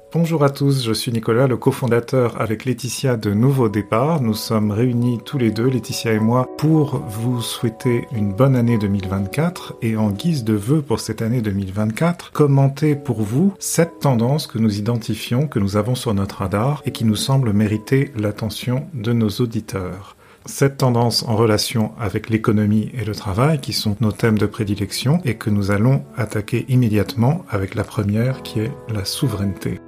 Bonjour à tous, je suis Nicolas, le cofondateur avec Laetitia de Nouveau Départ. Nous sommes réunis tous les deux, Laetitia et moi, pour vous souhaiter une bonne année 2024 et en guise de vœux pour cette année 2024, commenter pour vous 7 tendances que nous identifions, que nous avons sur notre radar et qui nous semblent mériter l'attention de nos auditeurs. 7 tendances en relation avec l'économie et le travail qui sont nos thèmes de prédilection et que nous allons attaquer immédiatement avec la première qui est la souveraineté.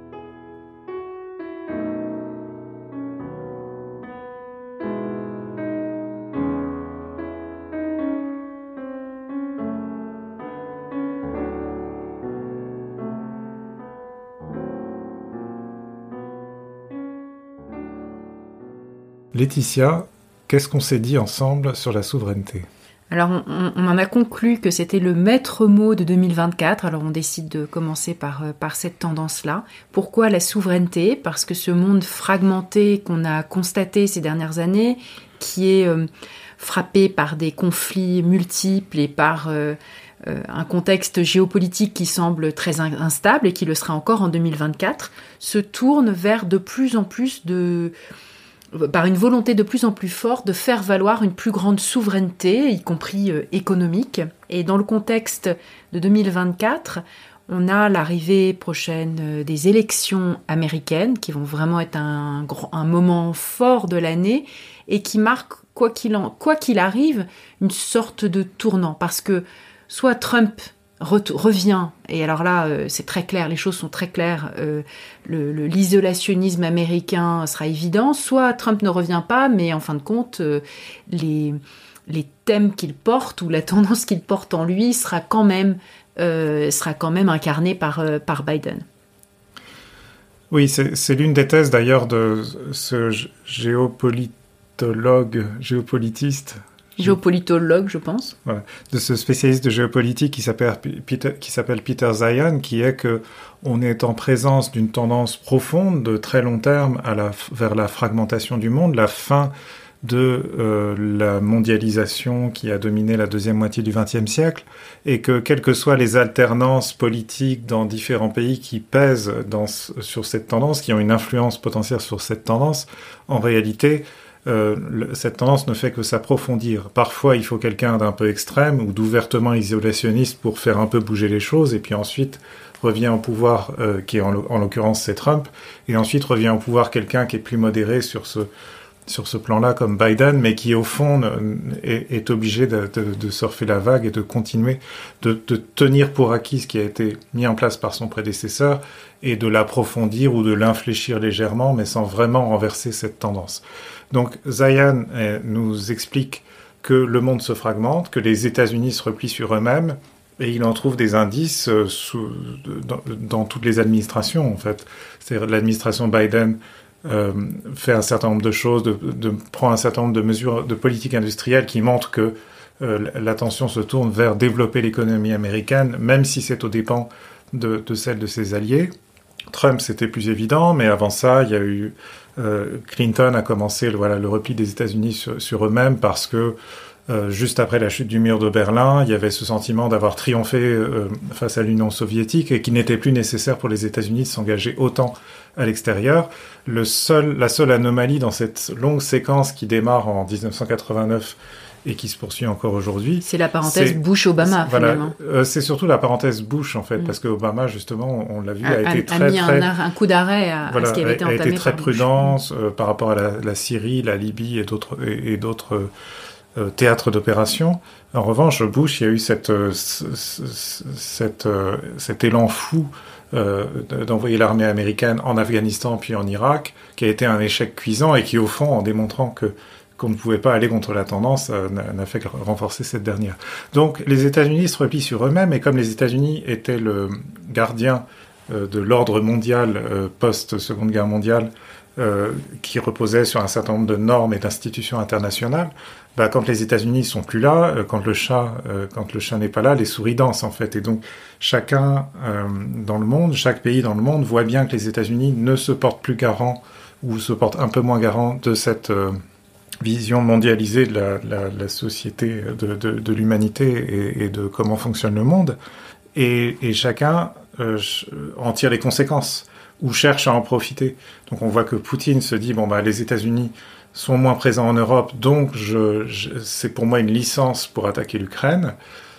Laetitia, qu'est-ce qu'on s'est dit ensemble sur la souveraineté ? Alors, on en a conclu que c'était le maître mot de 2024. Alors, on décide de commencer par cette tendance-là. Pourquoi la souveraineté ? Parce que ce monde fragmenté qu'on a constaté ces dernières années, qui est frappé par des conflits multiples et par un contexte géopolitique qui semble très instable et qui le sera encore en 2024, se tourne vers de plus en plus par une volonté de plus en plus forte de faire valoir une plus grande souveraineté, y compris économique. Et dans le contexte de 2024, on a l'arrivée prochaine des élections américaines qui vont vraiment être un moment fort de l'année et qui marque, quoi qu'il arrive, une sorte de tournant. Parce que soit Trump revient, et alors là, c'est très clair, les choses sont très claires, l'isolationnisme américain sera évident, soit Trump ne revient pas, mais en fin de compte, les thèmes qu'il porte, ou la tendance qu'il porte en lui, sera quand même incarnée par Biden. Oui, c'est l'une des thèses d'ailleurs de ce géopolitiste, je pense. Voilà, de ce spécialiste de géopolitique qui s'appelle Peter Zeihan, qui est que on est en présence d'une tendance profonde de très long terme vers la fragmentation du monde, la fin de la mondialisation qui a dominé la deuxième moitié du XXe siècle, et que quelles que soient les alternances politiques dans différents pays qui pèsent sur cette tendance, qui ont une influence potentielle sur cette tendance, en réalité cette tendance ne fait que s'approfondir. Parfois, il faut quelqu'un d'un peu extrême ou d'ouvertement isolationniste pour faire un peu bouger les choses, et puis ensuite revient au pouvoir, qui en l'occurrence c'est Trump, et ensuite revient au pouvoir quelqu'un qui est plus modéré sur ce plan-là, comme Biden, mais qui au fond est obligé de surfer la vague et de continuer de tenir pour acquis ce qui a été mis en place par son prédécesseur et de l'approfondir ou de l'infléchir légèrement, mais sans vraiment renverser cette tendance. Donc Zeihan nous explique que le monde se fragmente, que les États-Unis se replient sur eux-mêmes, et il en trouve des indices dans toutes les administrations, en fait. C'est-à-dire l'administration Biden fait un certain nombre de choses, prend un certain nombre de mesures de politique industrielle qui montrent que l'attention se tourne vers développer l'économie américaine, même si c'est aux dépens de celle de ses alliés. Trump, c'était plus évident, mais avant ça, il y a eu Clinton a commencé le repli des États-Unis sur eux-mêmes parce que juste après la chute du mur de Berlin, il y avait ce sentiment d'avoir triomphé face à l'Union soviétique et qu'il n'était plus nécessaire pour les États-Unis de s'engager autant à l'extérieur. La seule anomalie dans cette longue séquence qui démarre en 1989 et qui se poursuit encore aujourd'hui. C'est la parenthèse Bush-Obama, finalement. C'est surtout la parenthèse Bush, en fait, parce que Obama, justement, on l'a vu, a été très... un coup d'arrêt à ce qui avait été entamé a été très par prudent par rapport à la Syrie, la Libye et d'autres théâtres d'opération. En revanche, Bush, il y a eu cet élan fou d'envoyer l'armée américaine en Afghanistan puis en Irak, qui a été un échec cuisant et qui, au fond, en démontrant qu'on ne pouvait pas aller contre la tendance, n'a fait que renforcer cette dernière. Donc les États-Unis se replient sur eux-mêmes, et comme les États-Unis étaient le gardien de l'ordre mondial post-Seconde Guerre mondiale, qui reposait sur un certain nombre de normes et d'institutions internationales, quand les États-Unis sont plus là, quand le chat n'est pas là, les souris dansent en fait. Et donc chacun dans le monde, chaque pays dans le monde voit bien que les États-Unis ne se portent plus garant ou se portent un peu moins garant de cette vision mondialisée de la société, de l'humanité et de comment fonctionne le monde. Et chacun en tire les conséquences. ou cherchent à en profiter. Donc on voit que Poutine se dit, les États-Unis sont moins présents en Europe, donc c'est pour moi une licence pour attaquer l'Ukraine.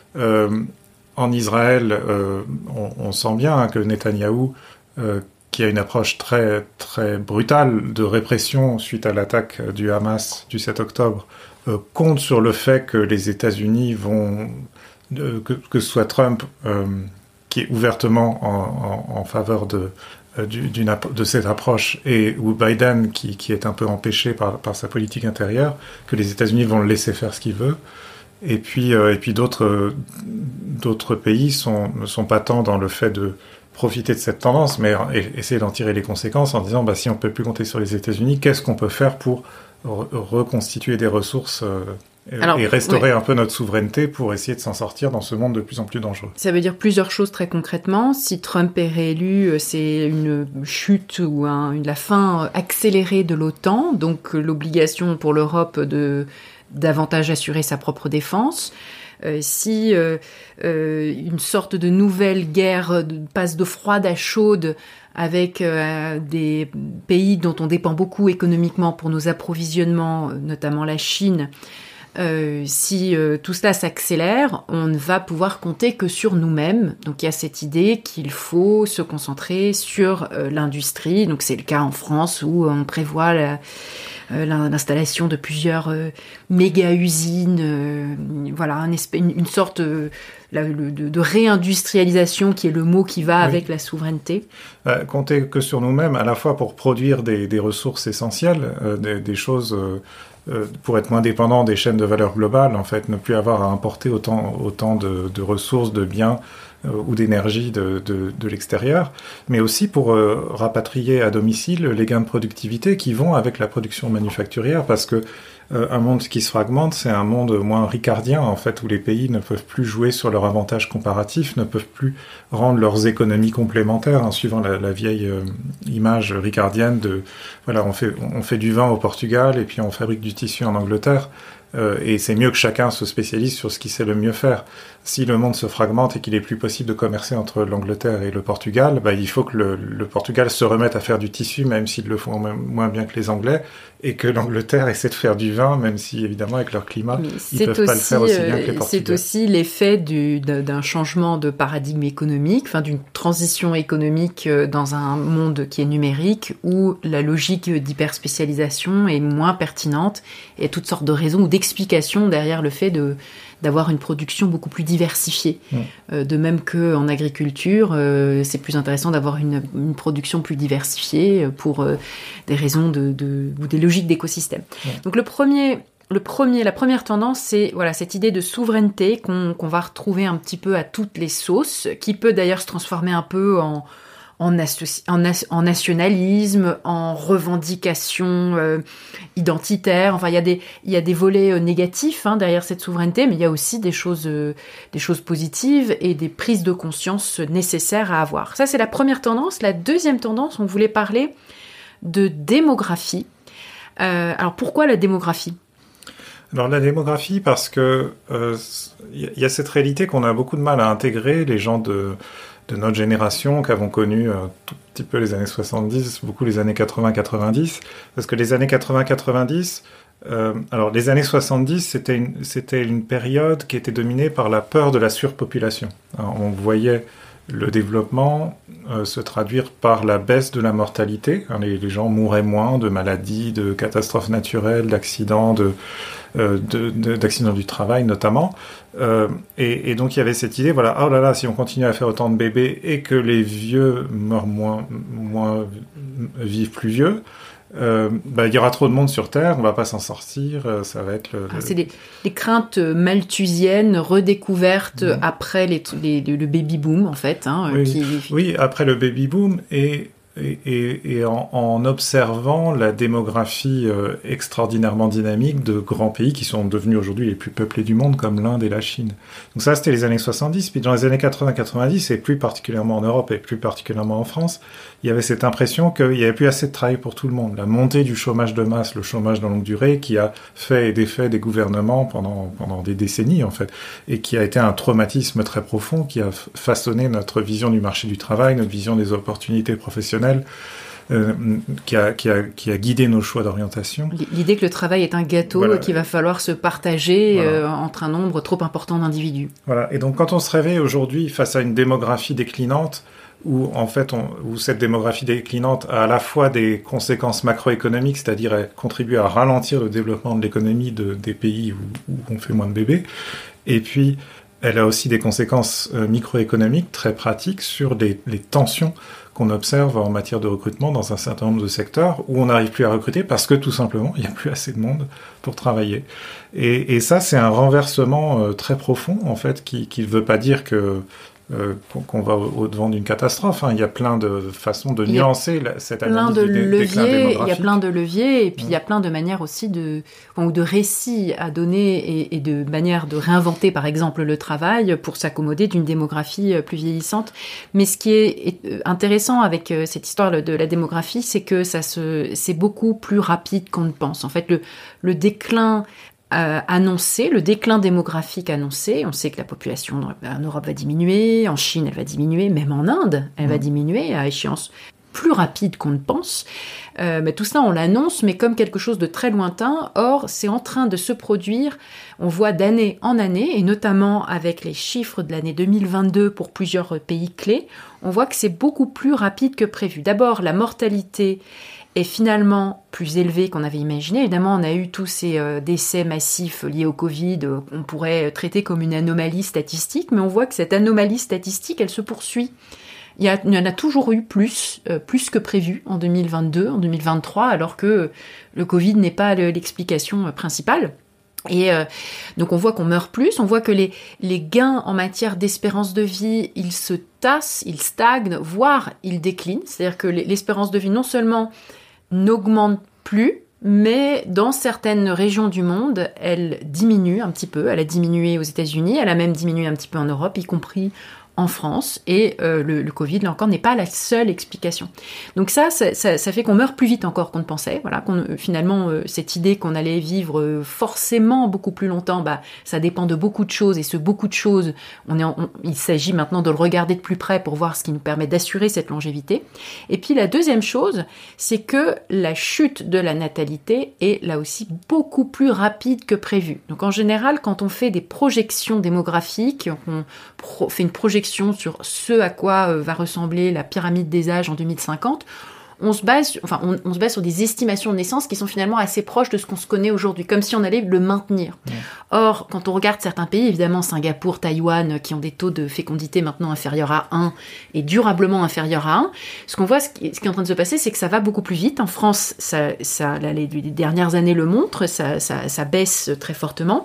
En Israël, on sent bien que Netanyahou, qui a une approche très, très brutale de répression suite à l'attaque du Hamas du 7 octobre, compte sur le fait que les États-Unis vont, que ce soit Trump qui est ouvertement en faveur de cette approche, ou Biden qui est un peu empêché par sa politique intérieure, que les États-Unis vont le laisser faire ce qu'il veut. Et puis d'autres pays sont pas tant dans le fait de profiter de cette tendance, mais essayer d'en tirer les conséquences en disant si on peut plus compter sur les États-Unis, qu'est-ce qu'on peut faire pour reconstituer des ressources et restaurer un peu notre souveraineté pour essayer de s'en sortir dans ce monde de plus en plus dangereux. Ça veut dire plusieurs choses très concrètement. Si Trump est réélu, c'est une chute ou la fin accélérée de l'OTAN, donc l'obligation pour l'Europe de davantage assurer sa propre défense. Si une sorte de nouvelle guerre passe de froide à chaude avec des pays dont on dépend beaucoup économiquement pour nos approvisionnements, notamment la Chine, si tout cela s'accélère, on ne va pouvoir compter que sur nous-mêmes. Donc il y a cette idée qu'il faut se concentrer sur l'industrie. Donc c'est le cas en France où on prévoit l'installation de plusieurs méga-usines, une sorte de réindustrialisation qui est le mot qui va avec la souveraineté. Compter que sur nous-mêmes, à la fois pour produire des ressources essentielles, des choses pour être moins dépendant des chaînes de valeur globales, en fait, ne plus avoir à importer autant de ressources, de biens ou d'énergie de l'extérieur, mais aussi pour rapatrier à domicile les gains de productivité qui vont avec la production manufacturière, parce que un monde qui se fragmente, c'est un monde moins ricardien, en fait, où les pays ne peuvent plus jouer sur leur avantage comparatif, ne peuvent plus rendre leurs économies complémentaires, suivant la vieille image ricardienne de, on fait du vin au Portugal et puis on fabrique du tissu en Angleterre. Et c'est mieux que chacun se spécialise sur ce qu'il sait le mieux faire. Si le monde se fragmente et qu'il est plus possible de commercer entre l'Angleterre et le Portugal, il faut que le Portugal se remette à faire du tissu, même s'ils le font moins bien que les Anglais, et que l'Angleterre essaie de faire du vin, même si, évidemment, avec leur climat, ils peuvent pas le faire aussi bien que les Portugais. C'est aussi l'effet d'un changement de paradigme économique, d'une transition économique dans un monde qui est numérique, où la logique d'hyperspécialisation est moins pertinente, et toutes sortes de raisons ou d'explications derrière le fait d'avoir une production beaucoup plus diversifiée. De même qu'en agriculture, c'est plus intéressant d'avoir une production plus diversifiée pour des raisons ou des logiques d'écosystème. Donc la première tendance, c'est cette idée de souveraineté qu'on va retrouver un petit peu à toutes les sauces, qui peut d'ailleurs se transformer un peu en nationalisme, en revendication identitaire. Enfin, il y a des volets négatifs derrière cette souveraineté, mais il y a aussi des choses positives et des prises de conscience nécessaires à avoir. Ça, c'est la première tendance. La deuxième tendance, on voulait parler de démographie. Alors, pourquoi la démographie ? Alors la démographie, parce que y a cette réalité qu'on a beaucoup de mal à intégrer, les gens de notre génération, qui avons connu un tout petit peu les années 70, beaucoup les années 80-90, parce que les années 80-90, alors les années 70, c'était une période qui était dominée par la peur de la surpopulation. Alors, on voyait le développement se traduire par la baisse de la mortalité. Les gens mouraient moins de maladies, de catastrophes naturelles, d'accidents, d'accidents du travail notamment. Et donc il y avait cette idée, oh là là, si on continue à faire autant de bébés et que les vieux meurent vivent plus vieux, il y aura trop de monde sur Terre, on va pas s'en sortir, ça va être c'est des craintes malthusiennes redécouvertes après le baby boom en fait. Oui, après le baby boom et en observant la démographie extraordinairement dynamique de grands pays qui sont devenus aujourd'hui les plus peuplés du monde, comme l'Inde et la Chine. Donc ça, c'était les années 70. Puis dans les années 80-90, et plus particulièrement en Europe et plus particulièrement en France, il y avait cette impression qu'il n'y avait plus assez de travail pour tout le monde. La montée du chômage de masse, le chômage de longue durée, qui a fait et défait des gouvernements pendant des décennies, en fait, et qui a été un traumatisme très profond, qui a façonné notre vision du marché du travail, notre vision des opportunités professionnelles, traditionnelle qui a guidé nos choix d'orientation. L'idée que le travail est un gâteau voilà. qu'il va falloir se partager voilà. Entre un nombre trop important d'individus. Voilà. Et donc quand on se réveille aujourd'hui face à une démographie déclinante, où en fait où cette démographie déclinante a à la fois des conséquences macroéconomiques, c'est-à-dire elle contribue à ralentir le développement de l'économie des pays où on fait moins de bébés, et puis elle a aussi des conséquences microéconomiques très pratiques sur les tensions qu'on observe en matière de recrutement dans un certain nombre de secteurs où on n'arrive plus à recruter parce que tout simplement il n'y a plus assez de monde pour travailler. Et ça c'est un renversement très profond en fait qui ne veut pas dire qu'on va au-devant d'une catastrophe. Il y a plein de façons de nuancer cette analyse du déclin démographique. Il y a plein de leviers, et puis il y a plein de manières aussi ou de récits à donner et de manières de réinventer, par exemple, le travail pour s'accommoder d'une démographie plus vieillissante. Mais ce qui est intéressant avec cette histoire de la démographie, c'est que c'est beaucoup plus rapide qu'on ne pense. En fait, le déclin annoncé, le déclin démographique annoncé, on sait que la population en Europe va diminuer, en Chine elle va diminuer, même en Inde elle va diminuer à échéance plus rapide qu'on ne pense. Mais tout cela on l'annonce, mais comme quelque chose de très lointain. Or c'est en train de se produire, on voit d'année en année, et notamment avec les chiffres de l'année 2022 pour plusieurs pays clés, on voit que c'est beaucoup plus rapide que prévu. D'abord la mortalité est finalement plus élevé qu'on avait imaginé. Évidemment, on a eu tous ces décès massifs liés au Covid, qu'on pourrait traiter comme une anomalie statistique, mais on voit que cette anomalie statistique, elle se poursuit. Il y en a toujours eu plus que prévu en 2022, en 2023, alors que le Covid n'est pas l'explication principale. Et donc on voit qu'on meurt plus, on voit que les gains en matière d'espérance de vie, ils se tassent, ils stagnent, voire ils déclinent. C'est-à-dire que l'espérance de vie non seulement n'augmente plus, mais dans certaines régions du monde, elle diminue un petit peu. Elle a diminué aux États-Unis, elle a même diminué un petit peu en Europe, y compris en France, et le Covid, là encore, n'est pas la seule explication. Donc ça fait qu'on meurt plus vite encore qu'on ne pensait. Voilà, finalement, cette idée qu'on allait vivre forcément beaucoup plus longtemps, ça dépend de beaucoup de choses, et ce beaucoup de choses, il s'agit maintenant de le regarder de plus près pour voir ce qui nous permet d'assurer cette longévité. Et puis la deuxième chose, c'est que la chute de la natalité est là aussi beaucoup plus rapide que prévu. Donc en général, quand on fait des projections démographiques, on fait une projection sur ce à quoi va ressembler la pyramide des âges en 2050, on se base sur des estimations de naissance qui sont finalement assez proches de ce qu'on se connaît aujourd'hui, comme si on allait le maintenir. Ouais. Or, quand on regarde certains pays, évidemment Singapour, Taïwan, qui ont des taux de fécondité maintenant inférieurs à 1 et durablement inférieurs à 1, ce qu'on voit, ce qui est en train de se passer, c'est que ça va beaucoup plus vite. En France, les dernières années le montrent, ça baisse très fortement.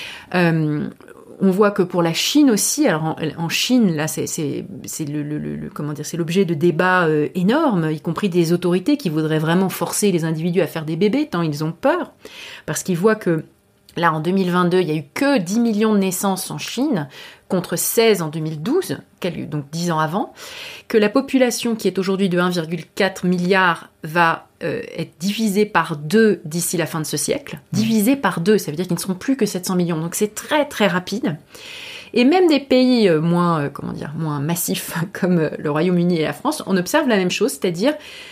On voit que pour la Chine aussi, alors en Chine, là, c'est l'objet de débats énormes, y compris des autorités qui voudraient vraiment forcer les individus à faire des bébés, tant ils ont peur, parce qu'ils voient que là, en 2022, il n'y a eu que 10 millions de naissances en Chine, contre 16 en 2012, donc 10 ans avant, que la population qui est aujourd'hui de 1,4 milliard va être divisée par 2 d'ici la fin de ce siècle. Divisée par 2, ça veut dire qu'ils ne seront plus que 700 millions. Donc c'est très très rapide. Et même des pays moins massifs comme le Royaume-Uni et la France, on observe la même chose, c'est-à-dire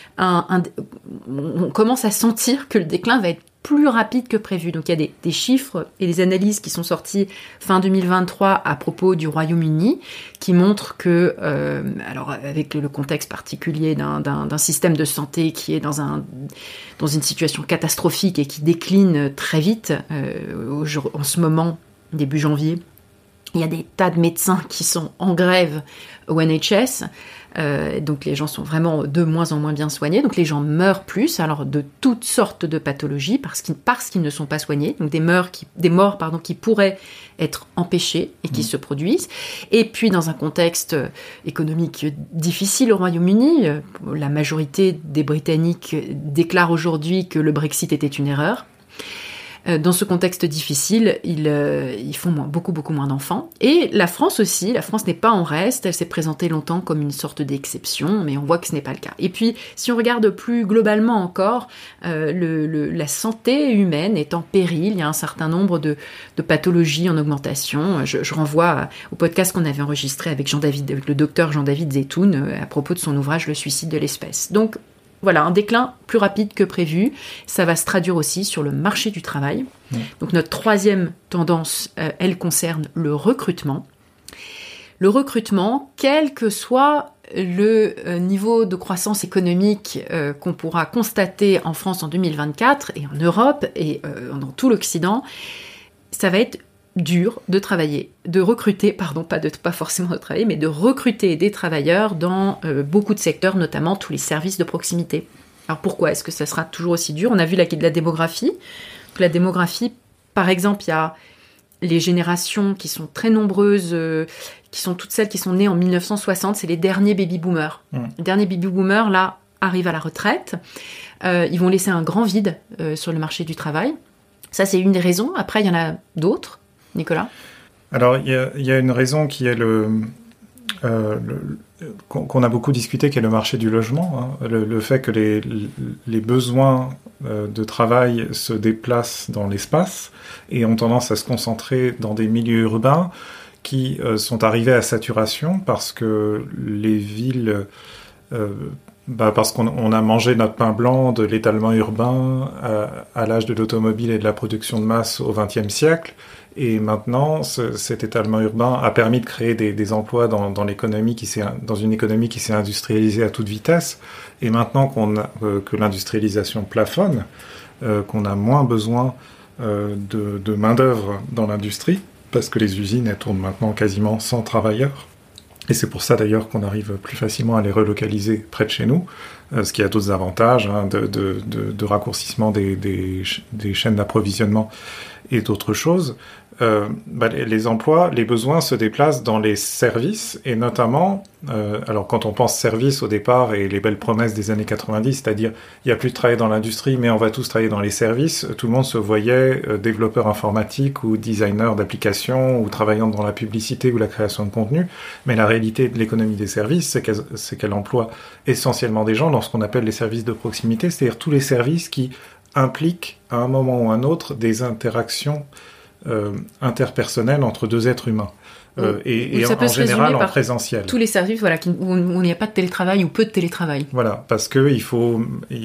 on commence à sentir que le déclin va être plus rapide que prévu. Donc il y a des chiffres et des analyses qui sont sortis fin 2023 à propos du Royaume-Uni qui montrent que, alors avec le contexte particulier d'un système de santé qui est dans une situation catastrophique et qui décline très vite, en ce moment, début janvier, il y a des tas de médecins qui sont en grève au NHS. Donc les gens sont vraiment de moins en moins bien soignés, donc les gens meurent plus, alors de toutes sortes de pathologies parce qu'ils ne sont pas soignés, donc des morts qui pourraient être empêchées et qui se produisent. Et puis dans un contexte économique difficile au Royaume-Uni, la majorité des Britanniques déclarent aujourd'hui que le Brexit était une erreur. Dans ce contexte difficile, ils font beaucoup moins d'enfants. Et la France aussi, la France n'est pas en reste, elle s'est présentée longtemps comme une sorte d'exception, mais on voit que ce n'est pas le cas. Et puis, si on regarde plus globalement encore, la santé humaine est en péril, il y a un certain nombre de pathologies en augmentation. Je renvoie au podcast qu'on avait enregistré avec le docteur Jean-David Zetoun à propos de son ouvrage « Le suicide de l'espèce ». Donc, voilà, un déclin plus rapide que prévu. Ça va se traduire aussi sur le marché du travail. Donc notre troisième tendance, elle concerne le recrutement. Le recrutement, quel que soit le niveau de croissance économique qu'on pourra constater en France en 2024 et en Europe et dans tout l'Occident, ça va être dur de travailler, de recruter, pas forcément de travailler, mais de recruter des travailleurs dans beaucoup de secteurs, notamment tous les services de proximité. Alors pourquoi est-ce que ça sera toujours aussi dur ? On a vu la démographie. Donc, la démographie, par exemple, il y a les générations qui sont très nombreuses, qui sont toutes celles qui sont nées en 1960, c'est les derniers baby-boomers. Les derniers baby-boomers, là, arrivent à la retraite. Ils vont laisser un grand vide sur le marché du travail. Ça, c'est une des raisons. Après, il y en a d'autres. Nicolas ? Alors, il y a une raison qui est qu'on a beaucoup discuté, qui est le marché du logement. Le fait que les besoins de travail se déplacent dans l'espace et ont tendance à se concentrer dans des milieux urbains qui sont arrivés à saturation parce que les villes... parce qu'on a mangé notre pain blanc de l'étalement urbain à l'âge de l'automobile et de la production de masse au XXe siècle. Et maintenant, cet étalement urbain a permis de créer des emplois dans l'économie dans une économie qui s'est industrialisée à toute vitesse. Et maintenant que l'industrialisation plafonne, qu'on a moins besoin de main-d'œuvre dans l'industrie, parce que les usines, elles tournent maintenant quasiment sans travailleurs. Et c'est pour ça d'ailleurs qu'on arrive plus facilement à les relocaliser près de chez nous, ce qui a d'autres avantages de raccourcissement des chaînes d'approvisionnement et d'autres choses. Les emplois, les besoins se déplacent dans les services et notamment, alors quand on pense services au départ et les belles promesses des années 90, c'est-à-dire il n'y a plus de travail dans l'industrie mais on va tous travailler dans les services, tout le monde se voyait développeur informatique ou designer d'applications ou travaillant dans la publicité ou la création de contenu, mais la réalité de l'économie des services, c'est qu'elle emploie essentiellement des gens dans ce qu'on appelle les services de proximité, c'est-à-dire tous les services qui impliquent à un moment ou à un autre des interactions interpersonnelles entre deux êtres humains. Et en général en présentiel. Tous les services où il n'y a pas de télétravail ou peu de télétravail. Voilà, parce qu'il faut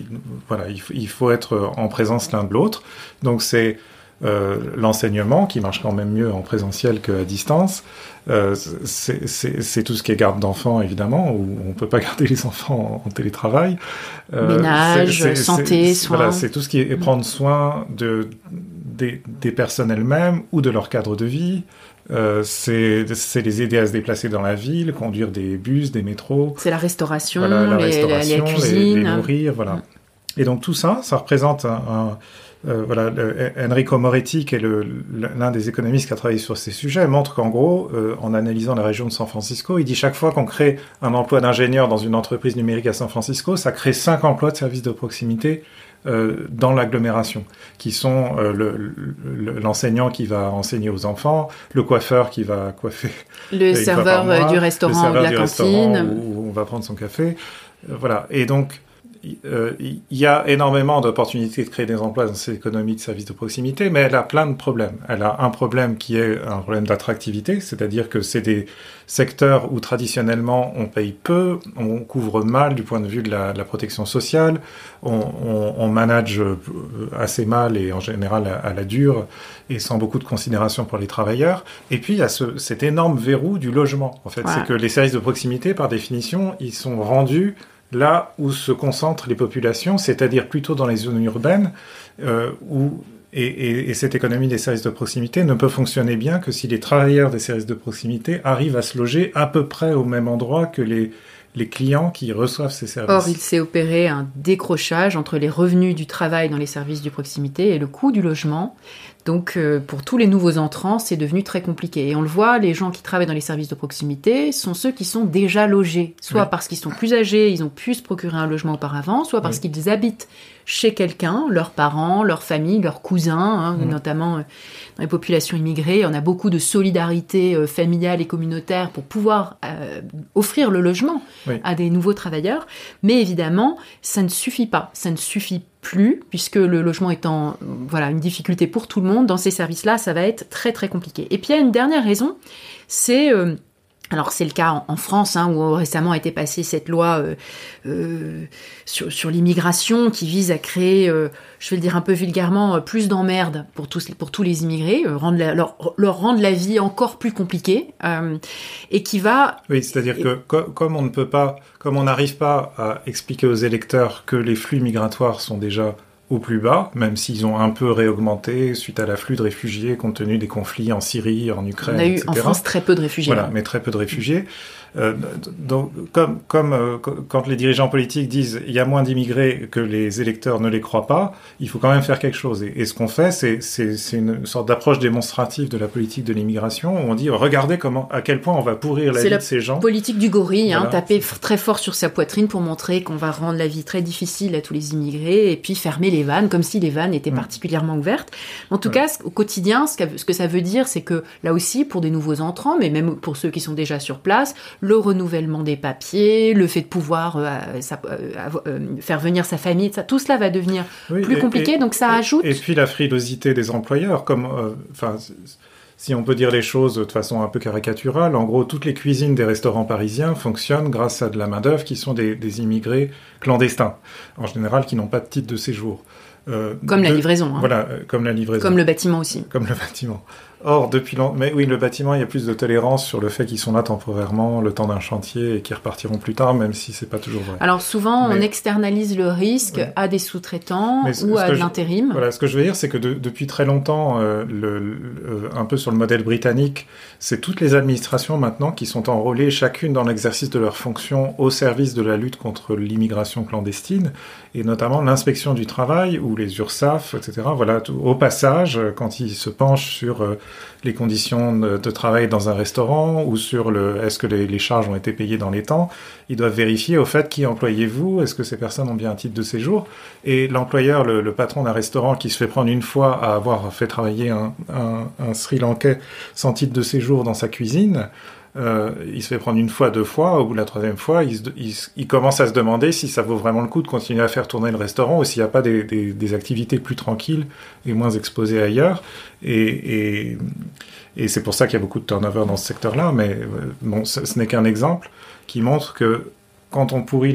être en présence l'un de l'autre. Donc c'est l'enseignement qui marche quand même mieux en présentiel qu'à distance. C'est tout ce qui est garde d'enfants, évidemment, où on ne peut pas garder les enfants en télétravail. Ménage, santé, soins. Voilà, c'est tout ce qui est prendre soin des personnes elles-mêmes ou de leur cadre de vie. C'est les aider à se déplacer dans la ville, conduire des bus, des métros. C'est la restauration, la cuisine. Les nourrir, voilà. Et donc tout ça, ça représente Enrico Moretti, qui est l'un des économistes qui a travaillé sur ces sujets, montre qu'en gros, en analysant la région de San Francisco, il dit chaque fois qu'on crée un emploi d'ingénieur dans une entreprise numérique à San Francisco, ça crée 5 emplois de services de proximité dans l'agglomération, qui sont l'enseignant qui va enseigner aux enfants, le coiffeur qui va coiffer le serveur du restaurant ou de la cantine, où on va prendre son café, voilà. Et donc il y a énormément d'opportunités de créer des emplois dans cette économie de services de proximité, mais elle a plein de problèmes. Elle a un problème qui est un problème d'attractivité, c'est-à-dire que c'est des secteurs où traditionnellement on paye peu, on couvre mal du point de vue de la protection sociale, on manage assez mal et en général à la dure et sans beaucoup de considération pour les travailleurs. Et puis il y a cet énorme verrou du logement. En fait, c'est que les services de proximité, par définition, ils sont rendus là où se concentrent les populations, c'est-à-dire plutôt dans les zones urbaines, et cette économie des services de proximité ne peut fonctionner bien que si les travailleurs des services de proximité arrivent à se loger à peu près au même endroit que les clients qui reçoivent ces services. Or, il s'est opéré un décrochage entre les revenus du travail dans les services de proximité et le coût du logement. Donc, pour tous les nouveaux entrants, c'est devenu très compliqué. Et on le voit, les gens qui travaillent dans les services de proximité sont ceux qui sont déjà logés, soit parce qu'ils sont plus âgés, ils ont pu se procurer un logement auparavant, soit parce qu'ils habitent chez quelqu'un, leurs parents, leur famille, leurs cousins, notamment dans les populations immigrées. On a beaucoup de solidarité familiale et communautaire pour pouvoir offrir le logement à des nouveaux travailleurs. Mais évidemment, ça ne suffit pas. Ça ne suffit plus, puisque le logement étant une difficulté pour tout le monde, dans ces services-là, ça va être très très compliqué. Et puis il y a une dernière raison, c'est... alors c'est le cas en France, où récemment a été passée cette loi sur l'immigration qui vise à créer, je vais le dire un peu vulgairement, plus d'emmerdes pour tous les immigrés, leur rendre la vie encore plus compliquée, et qui va... Oui, c'est-à-dire que comme on n'arrive pas à expliquer aux électeurs que les flux migratoires sont déjà au plus bas, même s'ils ont un peu réaugmenté suite à l'afflux de réfugiés compte tenu des conflits en Syrie, en Ukraine, on a eu etc. en France très peu de réfugiés. Voilà, mais très peu de réfugiés. Donc, quand les dirigeants politiques disent il y a moins d'immigrés que les électeurs ne les croient pas, il faut quand même faire quelque chose. Et ce qu'on fait, c'est une sorte d'approche démonstrative de la politique de l'immigration où on dit regardez à quel point on va pourrir la vie de ces gens. C'est la politique du gorille, taper très fort sur sa poitrine pour montrer qu'on va rendre la vie très difficile à tous les immigrés et puis fermer les vannes comme si les vannes étaient particulièrement ouvertes. En tout cas, au quotidien, ce que ça veut dire, c'est que là aussi, pour des nouveaux entrants, mais même pour ceux qui sont déjà sur place, le renouvellement des papiers, le fait de pouvoir faire venir sa famille, tout cela va devenir plus compliqué, donc ça ajoute... Et puis la frilosité des employeurs, si on peut dire les choses de façon un peu caricaturale, en gros, toutes les cuisines des restaurants parisiens fonctionnent grâce à de la main-d'œuvre qui sont des immigrés clandestins, en général qui n'ont pas de titre de séjour. Comme la livraison. Voilà, comme la livraison. Comme le bâtiment aussi. Comme le bâtiment. Or, mais oui, le bâtiment, il y a plus de tolérance sur le fait qu'ils sont là temporairement, le temps d'un chantier, et qu'ils repartiront plus tard, même si c'est pas toujours vrai. Alors souvent, on externalise le risque à des sous-traitants ou à de l'intérim. Voilà, ce que je veux dire, c'est que depuis très longtemps, un peu sur le modèle britannique, c'est toutes les administrations maintenant qui sont enrôlées, chacune dans l'exercice de leurs fonctions au service de la lutte contre l'immigration clandestine, et notamment l'inspection du travail, ou les URSSAF, etc. Voilà, au passage, quand ils se penchent sur les conditions de travail dans un restaurant ou sur est-ce que les charges ont été payées dans les temps, ils doivent vérifier au fait qui employez-vous, est-ce que ces personnes ont bien un titre de séjour, et l'employeur, le patron d'un restaurant qui se fait prendre une fois à avoir fait travailler un Sri Lankais sans titre de séjour dans sa cuisine, il se fait prendre une fois, deux fois, au bout de la troisième fois, il commence à se demander si ça vaut vraiment le coup de continuer à faire tourner le restaurant ou s'il n'y a pas des activités plus tranquilles et moins exposées ailleurs. Et c'est pour ça qu'il y a beaucoup de turnover dans ce secteur-là, mais ce n'est qu'un exemple qui montre que quand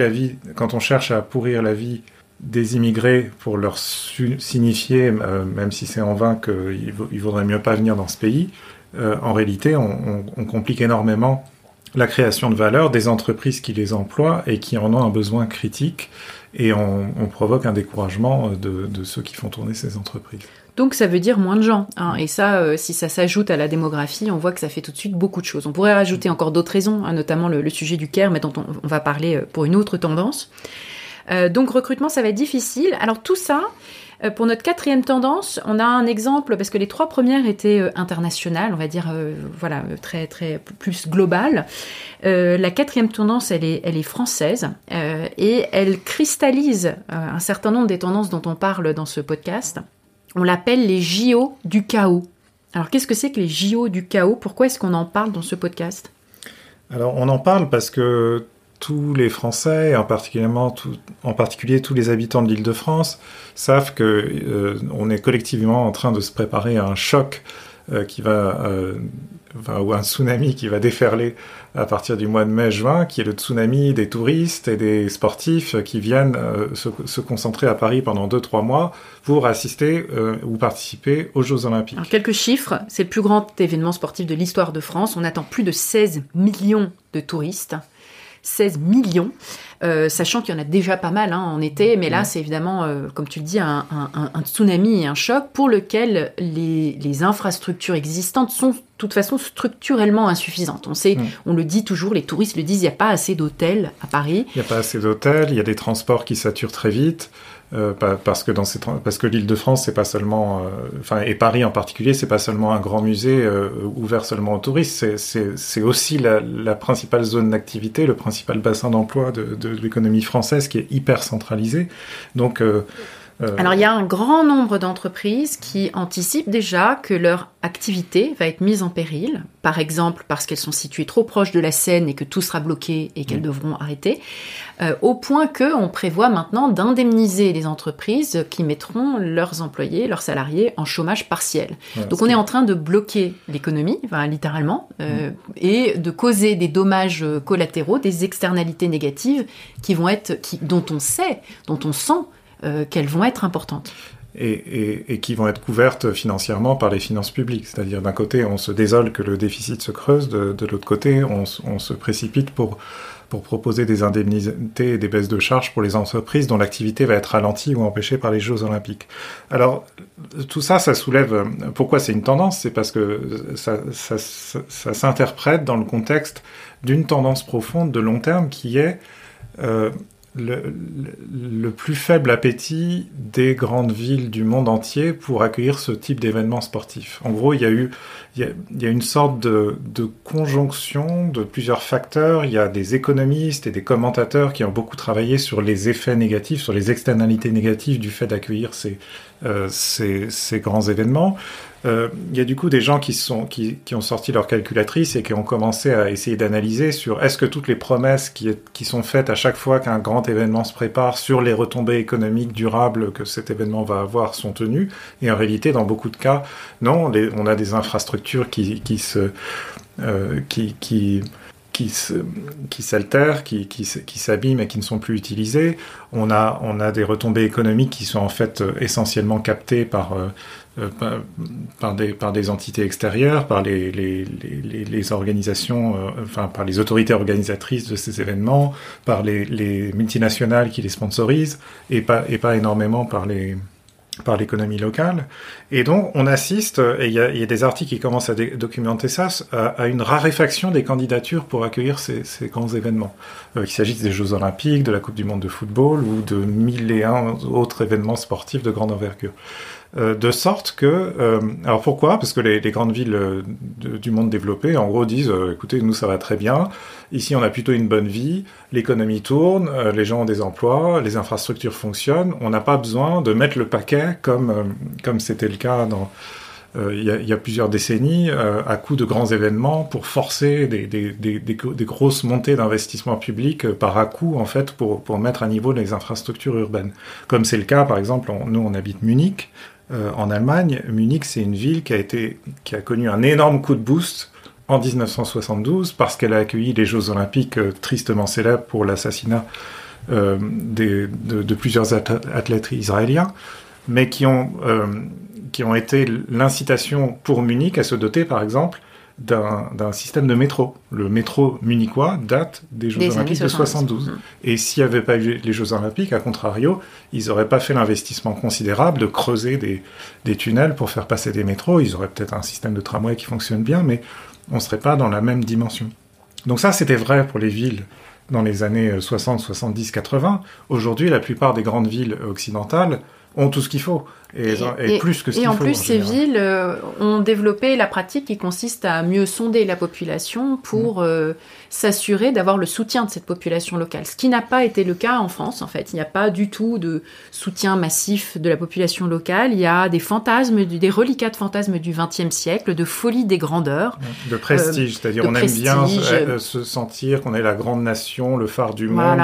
on cherche à pourrir la vie des immigrés pour leur signifier, même si c'est en vain qu'il vaudrait mieux pas venir dans ce pays, en réalité, on complique énormément la création de valeur des entreprises qui les emploient et qui en ont un besoin critique, et on provoque un découragement de ceux qui font tourner ces entreprises. Donc ça veut dire moins de gens, et ça, si ça s'ajoute à la démographie, on voit que ça fait tout de suite beaucoup de choses. On pourrait rajouter encore d'autres raisons, notamment le sujet du care, mais dont on va parler pour une autre tendance. Donc recrutement, ça va être difficile. Alors tout ça... Pour notre quatrième tendance, on a un exemple, parce que les trois premières étaient internationales, on va dire, très, très plus globales. La quatrième tendance, elle est française, et elle cristallise un certain nombre des tendances dont on parle dans ce podcast. On l'appelle les JO du chaos. Alors, qu'est-ce que c'est que les JO du chaos ? Pourquoi est-ce qu'on en parle dans ce podcast ? Alors, on en parle parce que tous les Français, en particulier tous les habitants de l'Île-de-France, savent que on est collectivement en train de se préparer à un choc ou un tsunami qui va déferler à partir du mois de mai-juin, qui est le tsunami des touristes et des sportifs qui viennent se concentrer à Paris pendant 2-3 mois pour assister ou participer aux Jeux Olympiques. Alors, quelques chiffres, c'est le plus grand événement sportif de l'histoire de France. On attend plus de 16 millions de touristes. 16 millions, sachant qu'il y en a déjà pas mal en été, mais là c'est évidemment, comme tu le dis, un tsunami et un choc pour lequel les infrastructures existantes sont de toute façon structurellement insuffisantes. On le dit toujours, les touristes le disent, il n'y a pas assez d'hôtels à Paris. Il n'y a pas assez d'hôtels, il y a des transports qui saturent très vite. Parce que l'Île-de-France, c'est pas seulement, et Paris en particulier, c'est pas seulement un grand musée ouvert seulement aux touristes, c'est aussi la principale zone d'activité, le principal bassin d'emploi de l'économie française qui est hyper centralisé. Donc Alors, il y a un grand nombre d'entreprises qui anticipent déjà que leur activité va être mise en péril, par exemple parce qu'elles sont situées trop proches de la Seine et que tout sera bloqué et qu'elles devront arrêter, au point qu'on prévoit maintenant d'indemniser les entreprises qui mettront leurs employés, leurs salariés en chômage partiel. Ouais, donc, on est en train de bloquer l'économie, littéralement, et de causer des dommages collatéraux, des externalités négatives dont on sait, dont on sent qu'elles vont être importantes. Et qui vont être couvertes financièrement par les finances publiques. C'est-à-dire, d'un côté, on se désole que le déficit se creuse, de l'autre côté, on se précipite pour proposer des indemnités et des baisses de charges pour les entreprises dont l'activité va être ralentie ou empêchée par les Jeux Olympiques. Alors, tout ça soulève... Pourquoi c'est une tendance ? C'est parce que ça s'interprète dans le contexte d'une tendance profonde de long terme qui est... le plus faible appétit des grandes villes du monde entier pour accueillir ce type d'événements sportifs. En gros, il y a une sorte de conjonction de plusieurs facteurs. Il y a des économistes et des commentateurs qui ont beaucoup travaillé sur les effets négatifs, sur les externalités négatives du fait d'accueillir ces grands événements. Il y a du coup des gens qui ont sorti leur calculatrice et qui ont commencé à essayer d'analyser sur est-ce que toutes les promesses qui sont faites à chaque fois qu'un grand événement se prépare sur les retombées économiques durables que cet événement va avoir sont tenues. Et en réalité, dans beaucoup de cas, non, on a des infrastructures qui s'altèrent, qui s'abîment et qui ne sont plus utilisées. On a des retombées économiques qui sont en fait essentiellement captées par des entités extérieures, par les organisations, par les autorités organisatrices de ces événements, par les multinationales qui les sponsorisent, et pas énormément par l'économie locale. Et donc, on assiste, et il y a des articles qui commencent à documenter ça, à une raréfaction des candidatures pour accueillir ces grands événements. Qu'il s'agisse des Jeux Olympiques, de la Coupe du Monde de football, ou de 1001 autres événements sportifs de grande envergure. De sorte que... alors pourquoi ? Parce que les grandes villes du monde développé, en gros, disent écoutez, nous, ça va très bien. Ici, on a plutôt une bonne vie. L'économie tourne, les gens ont des emplois, les infrastructures fonctionnent. On n'a pas besoin de mettre le paquet comme c'était le cas il y a plusieurs décennies, à coup de grands événements, pour forcer des grosses montées d'investissements publics par à-coup, en fait, pour mettre à niveau les infrastructures urbaines. Comme c'est le cas, par exemple, nous, on habite Munich, en Allemagne. Munich, c'est une ville qui a connu un énorme coup de boost en 1972 parce qu'elle a accueilli les Jeux Olympiques tristement célèbres pour l'assassinat de plusieurs athlètes israéliens, mais qui ont été l'incitation pour Munich à se doter, par exemple, d'un système de métro. Le métro munichois date des Jeux Olympiques de 72. Et s'il n'y avait pas eu les Jeux Olympiques, à contrario, ils n'auraient pas fait l'investissement considérable de creuser des tunnels pour faire passer des métros. Ils auraient peut-être un système de tramway qui fonctionne bien, mais on ne serait pas dans la même dimension. Donc ça, c'était vrai pour les villes dans les années 60, 70, 80. Aujourd'hui, la plupart des grandes villes occidentales ont tout ce qu'il faut, et plus que ce qu'il faut. Et en plus, ces villes ont développé la pratique qui consiste à mieux sonder la population pour s'assurer d'avoir le soutien de cette population locale. Ce qui n'a pas été le cas en France, en fait. Il n'y a pas du tout de soutien massif de la population locale. Il y a des fantasmes, des reliquats de fantasmes du XXe siècle, de folie des grandeurs. De prestige, c'est-à-dire on aime bien se sentir qu'on est la grande nation, le phare du monde,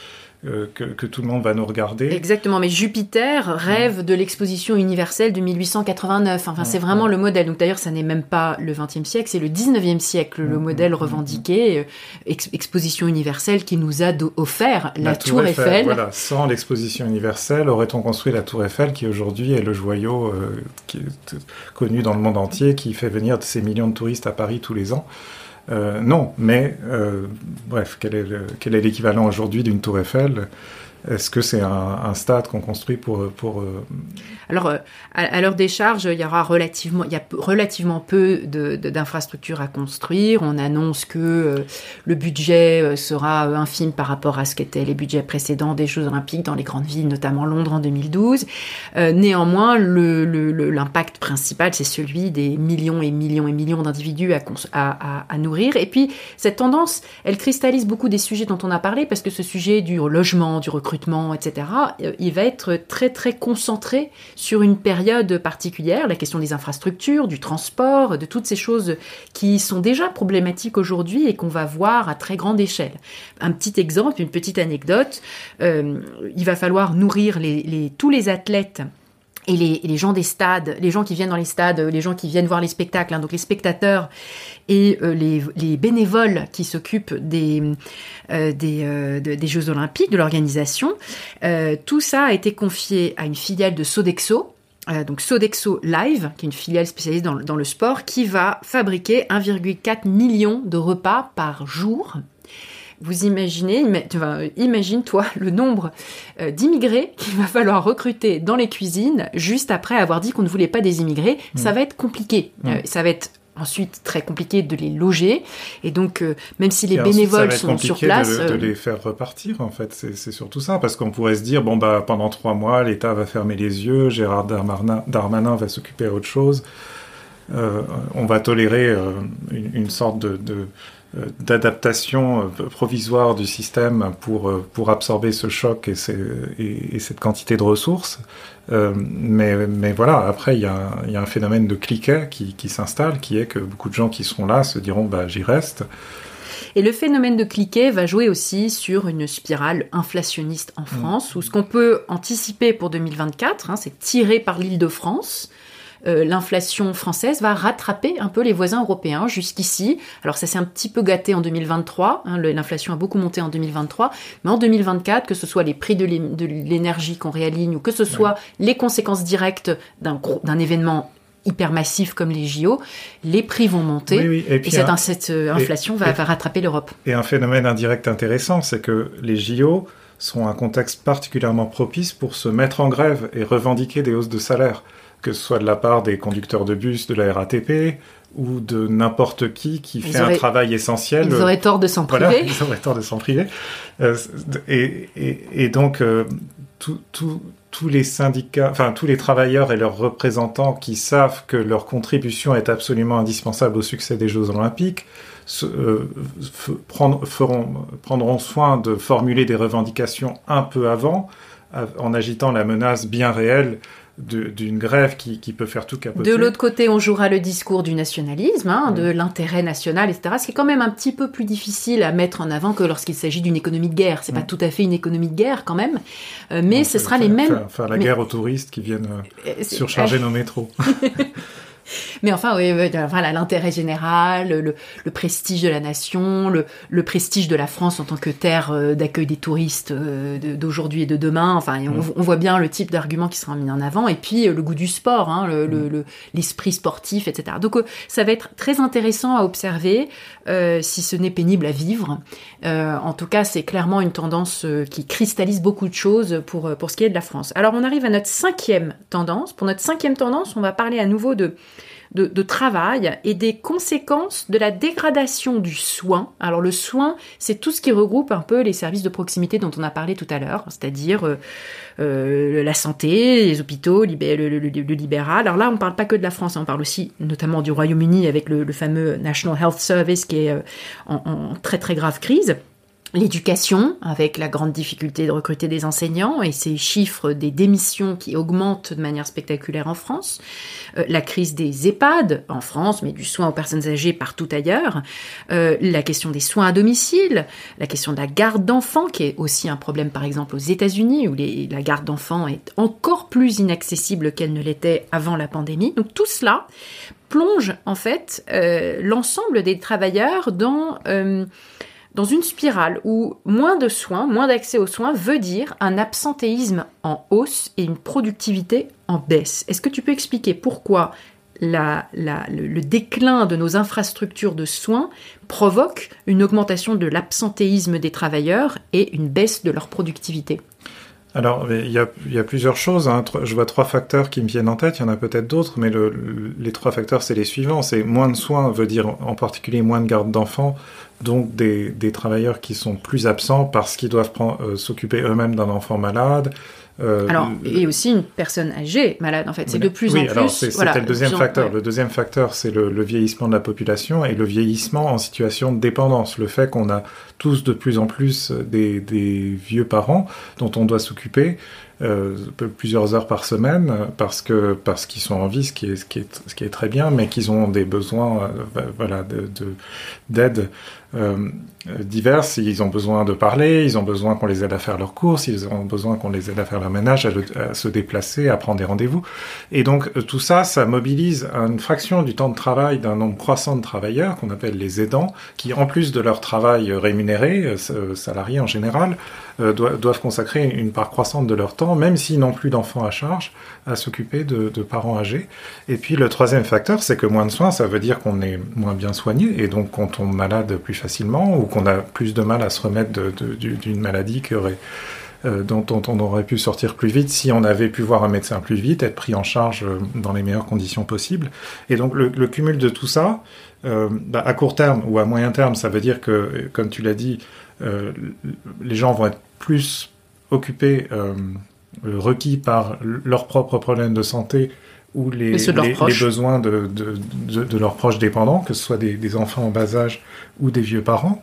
que tout le monde va nous regarder. Exactement, mais Jupiter rêve de l'exposition universelle de 1889. Enfin, c'est vraiment le modèle. Donc d'ailleurs, ça n'est même pas le XXe siècle, c'est le XIXe siècle, le modèle revendiqué. Exposition universelle qui nous a offert la Tour Eiffel. Voilà, sans l'exposition universelle, aurait-on construit la Tour Eiffel, qui aujourd'hui est le joyau qui est connu dans le monde entier, qui fait venir ces millions de touristes à Paris tous les ans. Non, mais bref, quel est l'équivalent aujourd'hui d'une tour Eiffel ? Est-ce que c'est un stade qu'on construit pour... Alors, à l'heure des charges, il y a relativement peu d'infrastructures à construire. On annonce que le budget sera infime par rapport à ce qu'étaient les budgets précédents des Jeux Olympiques dans les grandes villes, notamment Londres en 2012. Néanmoins, l'impact principal, c'est celui des millions et millions et millions d'individus à nourrir. Et puis, cette tendance, elle cristallise beaucoup des sujets dont on a parlé, parce que ce sujet du logement, du recrutement, recrutement, etc., il va être très très concentré sur une période particulière, la question des infrastructures, du transport, de toutes ces choses qui sont déjà problématiques aujourd'hui et qu'on va voir à très grande échelle. Un petit exemple, une petite anecdote, il va falloir nourrir tous les athlètes et les gens des stades, les gens qui viennent dans les stades, les gens qui viennent voir les spectacles, hein, donc les spectateurs et les bénévoles qui s'occupent des Jeux Olympiques, de l'organisation. Tout ça a été confié à une filiale de Sodexo, donc Sodexo Live, qui est une filiale spécialisée dans le sport, qui va fabriquer 1,4 million de repas par jour. Vous imaginez, imagine-toi le nombre d'immigrés qu'il va falloir recruter dans les cuisines juste après avoir dit qu'on ne voulait pas des immigrés. Ça va être compliqué. Ça va être ensuite très compliqué de les loger. Et donc, même si les bénévoles sont sur place... de les faire repartir, en fait. C'est surtout ça. Parce qu'on pourrait se dire, pendant 3 mois, l'État va fermer les yeux, Gérard Darmanin va s'occuper à autre chose. On va tolérer une sorte d'adaptation provisoire du système pour absorber ce choc et cette quantité de ressources. Mais voilà, après, il y a un phénomène de cliquet qui s'installe, qui est que beaucoup de gens qui seront là se diront « j'y reste ». Et le phénomène de cliquet va jouer aussi sur une spirale inflationniste en France, où ce qu'on peut anticiper pour 2024, c'est tiré par l'Île-de-France. L'inflation française va rattraper un peu les voisins européens jusqu'ici. Alors ça s'est un petit peu gâté en 2023, l'inflation a beaucoup monté en 2023, mais en 2024, que ce soit les prix de l'énergie qu'on réaligne ou que ce soit les conséquences directes d'un événement hyper massif comme les JO, les prix vont monter et cette inflation va rattraper l'Europe. Et un phénomène indirect intéressant, c'est que les JO sont un contexte particulièrement propice pour se mettre en grève et revendiquer des hausses de salaire, que ce soit de la part des conducteurs de bus de la RATP ou de n'importe qui fait un travail essentiel. Ils auraient tort de s'en priver. Voilà, ils auraient tort de s'en priver. Et donc, tous les syndicats, tous les travailleurs et leurs représentants qui savent que leur contribution est absolument indispensable au succès des Jeux Olympiques, prendront soin de formuler des revendications un peu avant, en agitant la menace bien réelle d'une grève qui peut faire tout capoter. De l'autre côté, on jouera le discours du nationalisme, de l'intérêt national, etc. Ce qui est quand même un petit peu plus difficile à mettre en avant que lorsqu'il s'agit d'une économie de guerre. C'est pas tout à fait une économie de guerre quand même, mais ce sera les mêmes... Faire la guerre aux touristes qui viennent surcharger nos métros. Mais enfin, l'intérêt général, le prestige de la nation, le prestige de la France en tant que terre d'accueil des touristes d'aujourd'hui et de demain. Enfin, on voit bien le type d'argument qui sera mis en avant. Et puis, le goût du sport, l'esprit sportif, etc. Donc, ça va être très intéressant à observer, si ce n'est pénible à vivre. En tout cas, c'est clairement une tendance qui cristallise beaucoup de choses pour ce qui est de la France. Alors, on arrive à notre 5e tendance. Pour notre 5e tendance, on va parler à nouveau de travail et des conséquences de la dégradation du soin. Alors le soin, c'est tout ce qui regroupe un peu les services de proximité dont on a parlé tout à l'heure, c'est-à-dire la santé, les hôpitaux, le libéral. Alors là, on ne parle pas que de la France, on parle aussi notamment du Royaume-Uni avec le fameux National Health Service qui est en très très grave crise. L'éducation, avec la grande difficulté de recruter des enseignants et ces chiffres des démissions qui augmentent de manière spectaculaire en France. La crise des EHPAD en France, mais du soin aux personnes âgées partout ailleurs. La question des soins à domicile. La question de la garde d'enfants, qui est aussi un problème par exemple aux États-Unis, où la garde d'enfants est encore plus inaccessible qu'elle ne l'était avant la pandémie. Donc tout cela plonge en fait l'ensemble des travailleurs dans une spirale où moins de soins, moins d'accès aux soins veut dire un absentéisme en hausse et une productivité en baisse. Est-ce que tu peux expliquer pourquoi le déclin de nos infrastructures de soins provoque une augmentation de l'absentéisme des travailleurs et une baisse de leur productivité ? Alors, il y a plusieurs choses. Je vois 3 facteurs qui me viennent en tête. Il y en a peut-être d'autres, mais les 3 facteurs, c'est les suivants. C'est moins de soins, veut dire en particulier moins de garde d'enfants, donc des travailleurs qui sont plus absents parce qu'ils doivent s'occuper eux-mêmes d'un enfant malade, Et aussi une personne âgée malade, en fait. C'est de plus en plus... alors c'était le deuxième facteur. Le deuxième facteur, c'est le vieillissement de la population et le vieillissement en situation de dépendance. Le fait qu'on a tous de plus en plus des vieux parents dont on doit s'occuper plusieurs heures par semaine parce qu'ils sont en vie, ce qui est très bien, mais qu'ils ont des besoins d'aide diverses. Ils ont besoin de parler, ils ont besoin qu'on les aide à faire leurs courses, ils ont besoin qu'on les aide à faire leur ménage, à se déplacer, à prendre des rendez-vous. Et donc tout ça, ça mobilise une fraction du temps de travail d'un nombre croissant de travailleurs qu'on appelle les aidants, qui en plus de leur travail rémunéré, salariés en général, doivent consacrer une part croissante de leur temps, même s'ils n'ont plus d'enfants à charge, à s'occuper de parents âgés. Et puis le troisième facteur, c'est que moins de soins, ça veut dire qu'on est moins bien soigné, et donc qu'on tombe malade plus facilement, ou qu'on a plus de mal à se remettre d'une maladie dont on aurait pu sortir plus vite si on avait pu voir un médecin plus vite, être pris en charge dans les meilleures conditions possibles. Et donc le cumul de tout ça, à court terme ou à moyen terme, ça veut dire que, comme tu l'as dit, les gens vont être plus occupés, requis par leurs propres problèmes de santé ou les besoins de leurs proches dépendants, que ce soit des enfants en bas âge ou des vieux parents.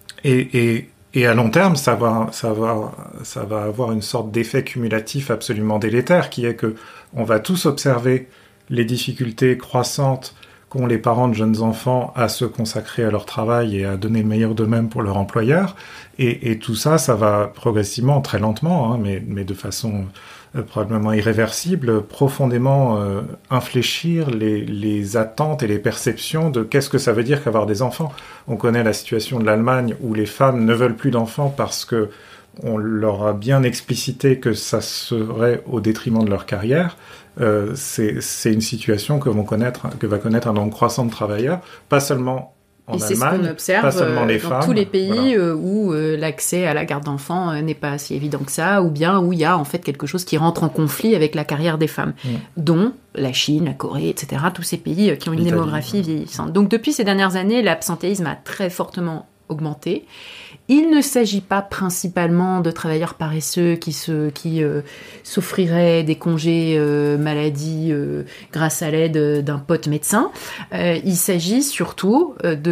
Et à long terme, ça va avoir une sorte d'effet cumulatif absolument délétère, qui est que on va tous observer les difficultés croissantes qu'ont les parents de jeunes enfants à se consacrer à leur travail et à donner le meilleur d'eux-mêmes pour leur employeur. Et tout ça, ça va progressivement, très lentement, mais de façon probablement irréversible, profondément infléchir les attentes et les perceptions de qu'est-ce que ça veut dire qu'avoir des enfants. On connaît la situation de l'Allemagne où les femmes ne veulent plus d'enfants parce que on leur a bien explicité que ça serait au détriment de leur carrière. C'est une situation que va connaître un nombre croissant de travailleurs, pas seulement en Allemagne, c'est ce qu'on observe pas seulement les dans femmes, tous les pays où l'accès à la garde d'enfants n'est pas si évident que ça, ou bien où il y a en fait quelque chose qui rentre en conflit avec la carrière des femmes, dont la Chine, la Corée, etc., tous ces pays qui ont une démographie vieillissante. Donc depuis ces dernières années, l'absentéisme a très fortement augmenté. Il ne s'agit pas principalement de travailleurs paresseux qui s'offriraient des congés maladie grâce à l'aide d'un pote médecin. Il s'agit surtout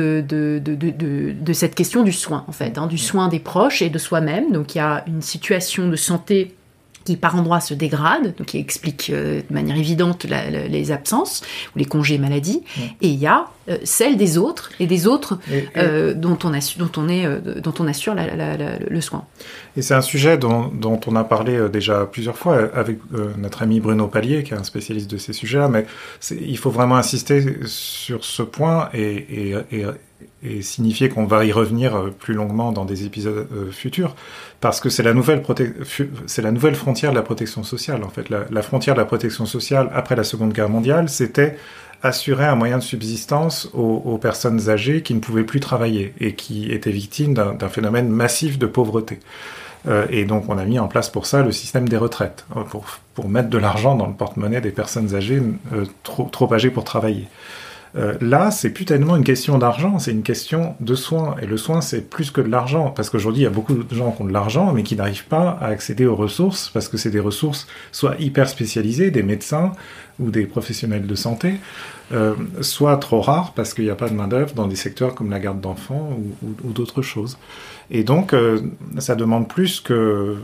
de cette question du soin, en fait, du soin des proches et de soi-même. Donc il y a une situation de santé qui par endroits se dégrade, donc qui explique de manière évidente les absences ou les congés maladie, et il y a celle des autres et des autres dont on assure le soin. Et c'est un sujet dont on a parlé déjà plusieurs fois avec notre ami Bruno Palier, qui est un spécialiste de ces sujets, mais il faut vraiment insister sur ce point et signifier qu'on va y revenir plus longuement dans des épisodes futurs, parce que c'est la nouvelle frontière de la protection sociale. En fait, la frontière de la protection sociale après la Seconde Guerre mondiale, c'était assurer un moyen de subsistance aux personnes âgées qui ne pouvaient plus travailler et qui étaient victimes d'un phénomène massif de pauvreté. Et donc on a mis en place pour ça le système des retraites, pour mettre de l'argent dans le porte-monnaie des personnes âgées trop âgées pour travailler. Là, c'est plus tellement une question d'argent, c'est une question de soins. Et le soin, c'est plus que de l'argent. Parce qu'aujourd'hui, il y a beaucoup de gens qui ont de l'argent, mais qui n'arrivent pas à accéder aux ressources, parce que c'est des ressources soit hyper spécialisées, des médecins ou des professionnels de santé, soit trop rares, parce qu'il n'y a pas de main-d'œuvre dans des secteurs comme la garde d'enfants ou d'autres choses. Et donc, ça demande plus que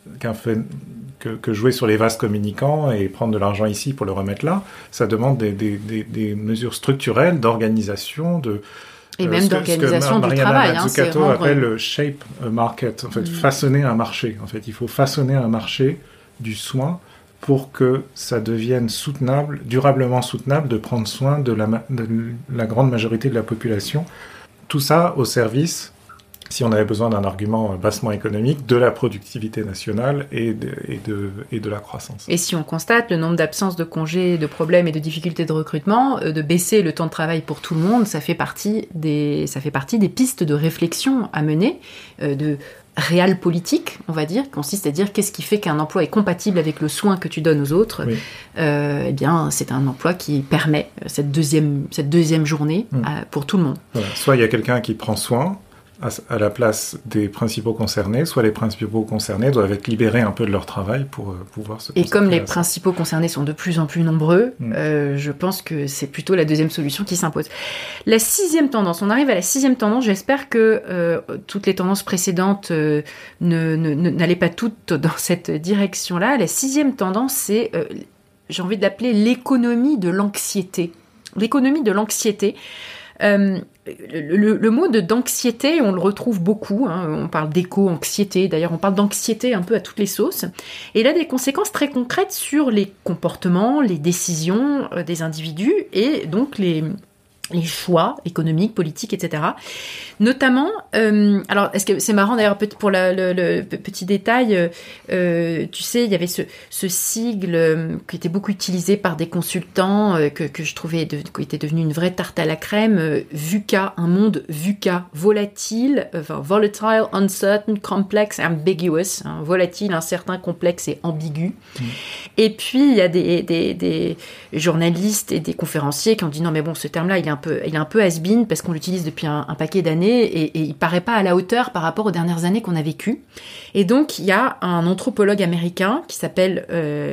jouer sur les vases communicants et prendre de l'argent ici pour le remettre là. Ça demande des mesures structurelles d'organisation, et même d'organisation du travail. Mazzucato appelle shape a market, en fait, façonner un marché. En fait, il faut façonner un marché du soin pour que ça devienne soutenable, durablement soutenable, de prendre soin de la grande majorité de la population. Tout ça au service, si on avait besoin d'un argument bassement économique, de la productivité nationale et de la croissance. Et si on constate le nombre d'absences de congés, de problèmes et de difficultés de recrutement, de baisser le temps de travail pour tout le monde, ça fait partie des pistes de réflexion à mener, de réel politique, on va dire, qui consiste à dire qu'est-ce qui fait qu'un emploi est compatible avec le soin que tu donnes aux autres. Oui. Eh bien, c'est un emploi qui permet cette deuxième journée pour tout le monde. Voilà. Soit il y a quelqu'un qui prend soin à la place des principaux concernés, soit les principaux concernés doivent être libérés un peu de leur travail pour pouvoir se Et comme les ça. principaux concernés sont de plus en plus nombreux, je pense que c'est plutôt la deuxième solution qui s'impose. La 6e tendance, on arrive à la 6e tendance, j'espère que toutes les tendances précédentes n'allaient pas toutes dans cette direction-là. La 6e tendance, c'est, j'ai envie de l'appeler l'économie de l'anxiété. L'économie de l'anxiété. Le mot d'anxiété, on le retrouve beaucoup, hein, on parle d'éco-anxiété, d'ailleurs on parle d'anxiété un peu à toutes les sauces, et il a des conséquences très concrètes sur les comportements, les décisions des individus, et donc les choix économiques, politiques, etc. Notamment, alors est-ce que c'est marrant d'ailleurs pour le petit détail, tu sais, il y avait ce sigle qui était beaucoup utilisé par des consultants que je trouvais qui était devenu une vraie tarte à la crème, VUCA, un monde VUCA, volatile, volatile, uncertain, complex, ambiguous, hein, volatile, incertain, complexe et ambigu. Et puis il y a des journalistes et des conférenciers qui ont dit non mais bon, ce terme-là il est un peu has-been parce qu'on l'utilise depuis un paquet d'années et il paraît pas à la hauteur par rapport aux dernières années qu'on a vécues. Et donc il y a un anthropologue américain qui s'appelle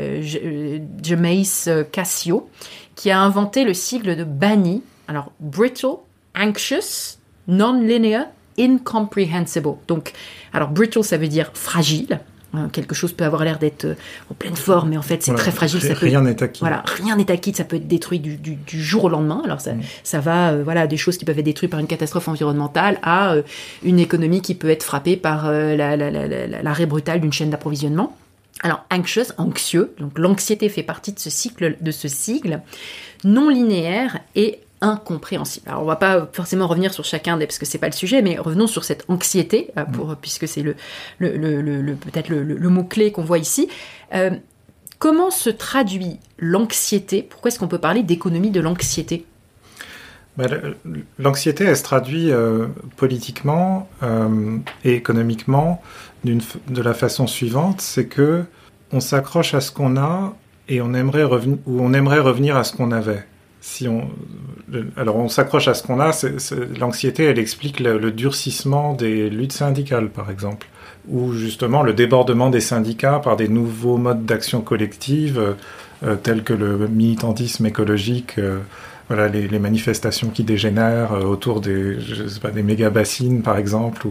Jameis Cassio qui a inventé le sigle de BANI. Alors brittle, anxious, non-linear, incomprehensible. Donc alors brittle ça veut dire fragile. Quelque chose peut avoir l'air d'être en pleine forme, mais en fait c'est très fragile. Rien n'est acquis. Voilà, rien n'est acquis, ça peut être détruit du jour au lendemain. Alors ça va, des choses qui peuvent être détruites par une catastrophe environnementale à une économie qui peut être frappée par l'arrêt brutal d'une chaîne d'approvisionnement. Alors anxious, anxieux, donc l'anxiété fait partie de ce sigle non linéaire et incompréhensible. Alors on va pas forcément revenir sur chacun parce que c'est pas le sujet, mais revenons sur cette anxiété puisque c'est peut-être le mot clé qu'on voit ici. Comment se traduit l'anxiété ? Pourquoi est-ce qu'on peut parler d'économie de l'anxiété ? L'anxiété, elle se traduit politiquement et économiquement de la façon suivante, c'est que on s'accroche à ce qu'on a et on aimerait revenir à ce qu'on avait. Alors on s'accroche à ce qu'on a, l'anxiété elle explique le durcissement des luttes syndicales par exemple, ou justement le débordement des syndicats par des nouveaux modes d'action collective tels que le militantisme écologique, les manifestations qui dégénèrent autour des méga-bassines par exemple,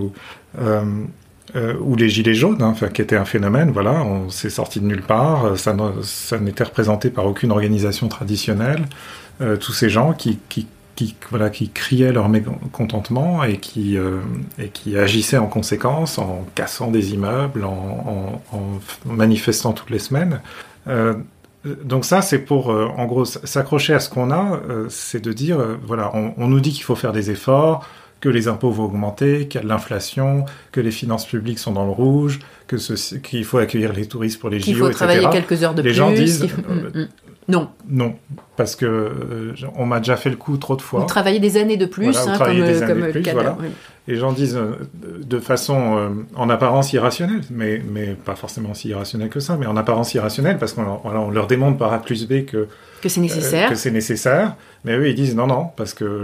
ou les gilets jaunes, qui étaient un phénomène, on s'est sorti de nulle part, ça n'était représenté par aucune organisation traditionnelle. Tous ces gens qui criaient leur mécontentement et qui agissaient en conséquence en cassant des immeubles, en manifestant toutes les semaines. Donc ça, c'est pour, en gros, s'accrocher à ce qu'on a, c'est de dire, on nous dit qu'il faut faire des efforts, que les impôts vont augmenter, qu'il y a de l'inflation, que les finances publiques sont dans le rouge, qu'il faut accueillir les touristes pour les JO, etc. Qu'il faut travailler quelques heures de plus. Les gens disent... Non. Non, parce que on m'a déjà fait le coup trop de fois. Vous travaillez des années de plus, comme le Canada. Oui. Les gens disent de façon en apparence irrationnelle, mais pas forcément si irrationnelle que ça, mais en apparence irrationnelle, parce qu'on leur démontre par A plus B que c'est nécessaire. Mais eux, ils disent non, parce que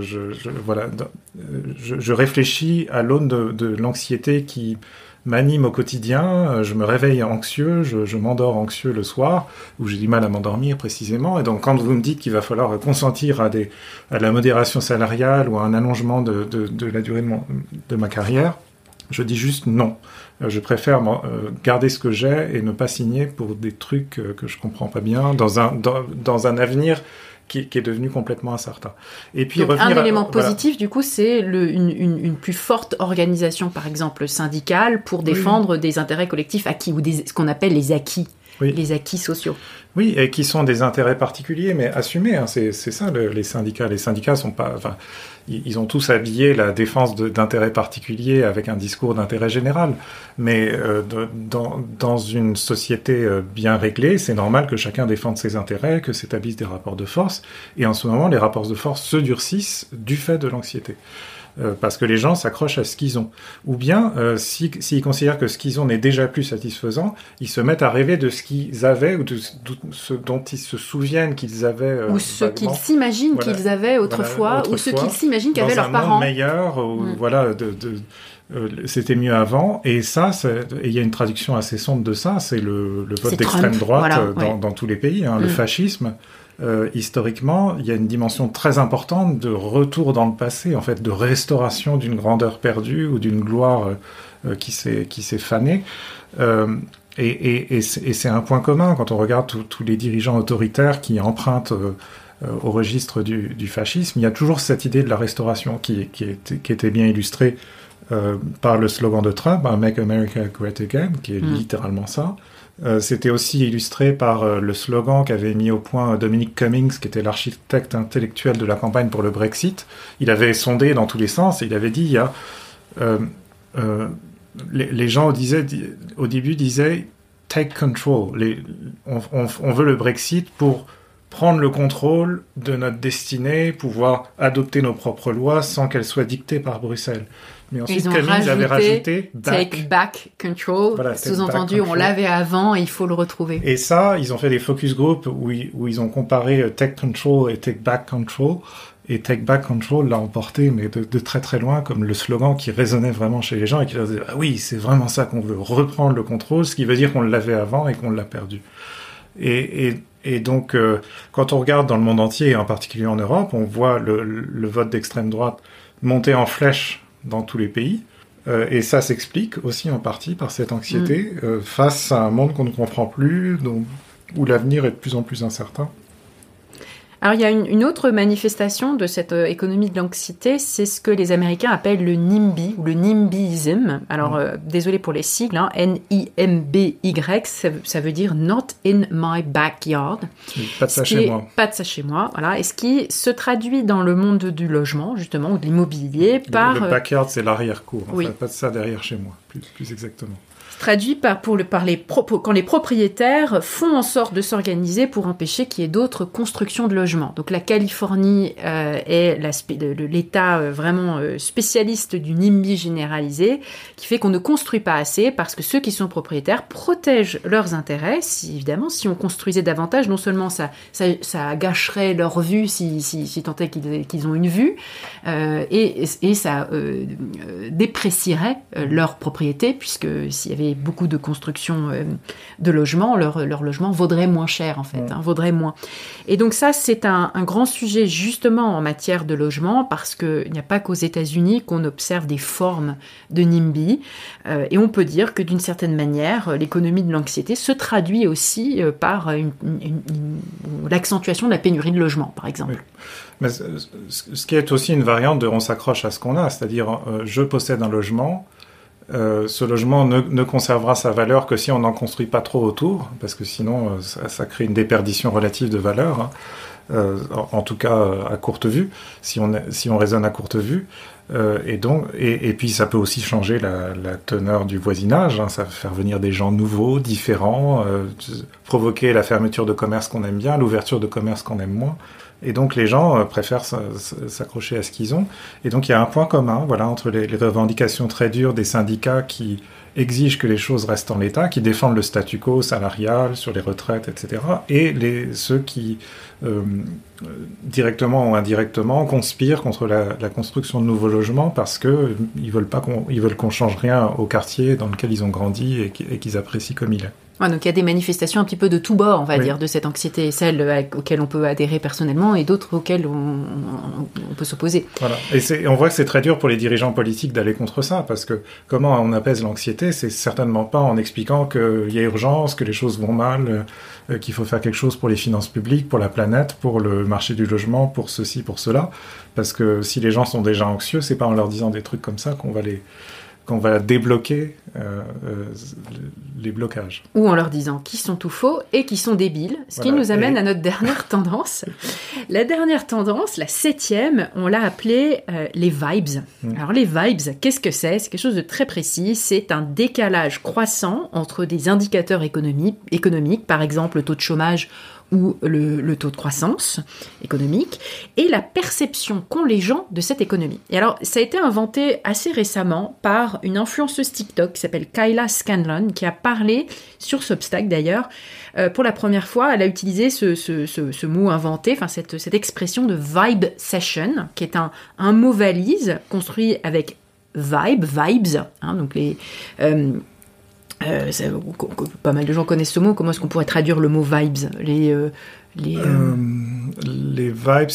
je réfléchis à l'aune de l'anxiété qui m'anime au quotidien, je me réveille anxieux, je m'endors anxieux le soir, ou j'ai du mal à m'endormir précisément, et donc quand vous me dites qu'il va falloir consentir à la modération salariale ou à un allongement de la durée de ma carrière, je dis juste non. Je préfère garder ce que j'ai et ne pas signer pour des trucs que je comprends pas bien dans un avenir qui est devenu complètement incertain. Et puis donc, un élément positif, du coup, c'est une plus forte organisation, par exemple, syndicale, pour défendre des intérêts collectifs acquis, ou ce qu'on appelle les acquis, les acquis sociaux. Oui, et qui sont des intérêts particuliers, mais assumés. C'est ça, les syndicats. Les syndicats sont pas... Ils ont tous habillé la défense d'intérêts particuliers avec un discours d'intérêt général. Mais dans une société bien réglée, c'est normal que chacun défende ses intérêts, que s'établissent des rapports de force. Et en ce moment, les rapports de force se durcissent du fait de l'anxiété. Parce que les gens s'accrochent à ce qu'ils ont. Ou bien, s'ils considèrent que ce qu'ils ont n'est déjà plus satisfaisant, ils se mettent à rêver de ce qu'ils avaient ou de ce dont ils se souviennent qu'ils avaient. Ou ce qu'ils s'imaginent qu'ils avaient autrefois, ou ce qu'ils s'imaginent qu'avaient leurs parents. Dans un monde meilleur, c'était mieux avant. Et ça, il y a une traduction assez sombre de ça, c'est le vote d'extrême droite dans tous les pays. Le fascisme, historiquement, il y a une dimension très importante de retour dans le passé, en fait, de restauration d'une grandeur perdue ou d'une gloire qui s'est fanée. Et c'est un point commun quand on regarde tous les dirigeants autoritaires qui empruntent au registre du fascisme. Il y a toujours cette idée de la restauration qui était bien illustrée par le slogan de Trump, Make America Great Again, qui est littéralement ça. C'était aussi illustré par le slogan qu'avait mis au point Dominic Cummings, qui était l'architecte intellectuel de la campagne pour le Brexit. Il avait sondé dans tous les sens et il avait dit les gens au début disaient « take control ». On veut le Brexit pour prendre le contrôle de notre destinée, pouvoir adopter nos propres lois sans qu'elles soient dictées par Bruxelles. Mais ensuite, Cummings avait rajouté « take back control », sous-entendu, on l'avait avant et il faut le retrouver. Et ça, ils ont fait des focus group où ils ont comparé « take control » et « take back control ». Et Take Back Control l'a emporté, mais de très très loin, comme le slogan qui résonnait vraiment chez les gens et qui leur disait « Ah oui, c'est vraiment ça qu'on veut, reprendre le contrôle », ce qui veut dire qu'on l'avait avant et qu'on l'a perdu. Et donc, quand on regarde dans le monde entier, et en particulier en Europe, on voit le vote d'extrême droite monter en flèche dans tous les pays. Et ça s'explique aussi en partie par cette anxiété face à un monde qu'on ne comprend plus, où l'avenir est de plus en plus incertain. Alors, il y a une autre manifestation de cette économie de l'anxiété, c'est ce que les Américains appellent le NIMBY, ou le NIMBYism. Alors, désolé pour les sigles, N-I-M-B-Y, ça veut dire « Not in my backyard ». Pas de ça chez moi. Pas de ça chez moi, voilà. Et ce qui se traduit dans le monde du logement, justement, ou de l'immobilier, par... Le backyard, c'est l'arrière-cour. Oui. Pas de ça derrière chez moi, plus exactement. Traduit quand les propriétaires font en sorte de s'organiser pour empêcher qu'il y ait d'autres constructions de logements. Donc la Californie est l'État vraiment spécialiste du NIMBY généralisé, qui fait qu'on ne construit pas assez parce que ceux qui sont propriétaires protègent leurs intérêts. Évidemment, si on construisait davantage, non seulement ça gâcherait leur vue si tant est qu'ils ont une vue, et ça déprécierait leur propriété, puisque s'il y avait beaucoup de construction de logements, leur logement vaudrait moins cher en fait, vaudrait moins. Et donc ça, c'est un grand sujet justement en matière de logement, parce qu'il n'y a pas qu'aux États-Unis qu'on observe des formes de NIMBY, et on peut dire que d'une certaine manière, l'économie de l'anxiété se traduit aussi par l'accentuation de la pénurie de logements, par exemple. Oui. Mais ce qui est aussi une variante de on s'accroche à ce qu'on a, c'est-à-dire je possède un logement, ce logement ne conservera sa valeur que si on n'en construit pas trop autour, parce que sinon ça crée une déperdition relative de valeur, en tout cas à courte vue, si on raisonne à courte vue, et puis ça peut aussi changer la teneur du voisinage, ça va faire venir des gens nouveaux, différents, provoquer la fermeture de commerce qu'on aime bien, l'ouverture de commerce qu'on aime moins. Et donc les gens préfèrent s'accrocher à ce qu'ils ont. Et donc il y a un point commun, entre les revendications très dures des syndicats qui exigent que les choses restent en l'état, qui défendent le statu quo salarial sur les retraites, etc. Et ceux qui, directement ou indirectement, conspirent contre la construction de nouveaux logements parce qu'ils veulent qu'on change rien au quartier dans lequel ils ont grandi et qu'ils apprécient comme il est. Ouais, donc il y a des manifestations un petit peu de tous bords, on va dire, de cette anxiété, celles auxquelles on peut adhérer personnellement et d'autres auxquelles on peut s'opposer. Voilà. Et on voit que c'est très dur pour les dirigeants politiques d'aller contre ça, parce que comment on apaise l'anxiété, c'est certainement pas en expliquant qu'il y a urgence, que les choses vont mal, qu'il faut faire quelque chose pour les finances publiques, pour la planète, pour le marché du logement, pour ceci, pour cela. Parce que si les gens sont déjà anxieux, c'est pas en leur disant des trucs comme ça qu'on va débloquer les blocages. Ou en leur disant qu'ils sont tout faux et qu'ils sont débiles, ce qui nous amène à notre dernière tendance. La dernière tendance, la 7e, on l'a appelée les vibes. Alors les vibes, qu'est-ce que c'est ? C'est quelque chose de très précis, c'est un décalage croissant entre des indicateurs économiques, par exemple le taux de chômage ou le taux de croissance économique, et la perception qu'ont les gens de cette économie. Et alors, ça a été inventé assez récemment par une influenceuse TikTok qui s'appelle Kyla Scanlon, qui a parlé sur Substack d'ailleurs. Pour la première fois, elle a utilisé ce mot inventé, cette expression de vibe session, qui est un mot valise construit avec vibes, hein, donc pas mal de gens connaissent ce mot. Comment est-ce qu'on pourrait traduire le mot vibes? Les vibes,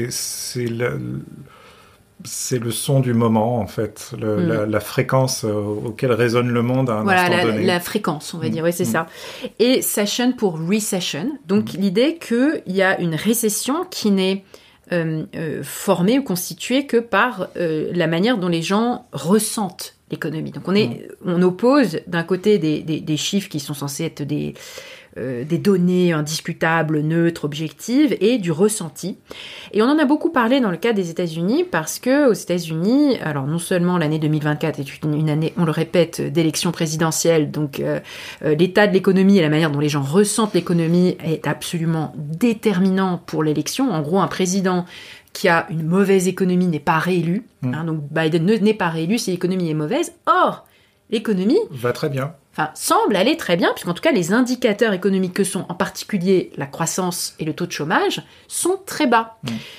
c'est le son du moment, en fait, la fréquence auquel résonne le monde à un instant donné. La fréquence, on va dire, oui, c'est ça. Et session pour recession, donc l'idée qu'il y a une récession qui n'est formée ou constituée que par la manière dont les gens ressentent l'économie. Donc on oppose d'un côté des chiffres qui sont censés être des données indiscutables, neutres, objectives, et du ressenti. Et on en a beaucoup parlé dans le cas des États-Unis, parce que aux États-Unis, alors non seulement l'année 2024 est une année, on le répète, d'élection présidentielle, donc l'état de l'économie et la manière dont les gens ressentent l'économie est absolument déterminant pour l'élection. En gros, un président qui a une mauvaise économie n'est pas réélu. Hein, donc Biden n'est pas réélu si l'économie est mauvaise. Or, l'économie va très bien. Semble aller très bien, puisqu'en tout cas, les indicateurs économiques que sont en particulier la croissance et le taux de chômage sont très bas.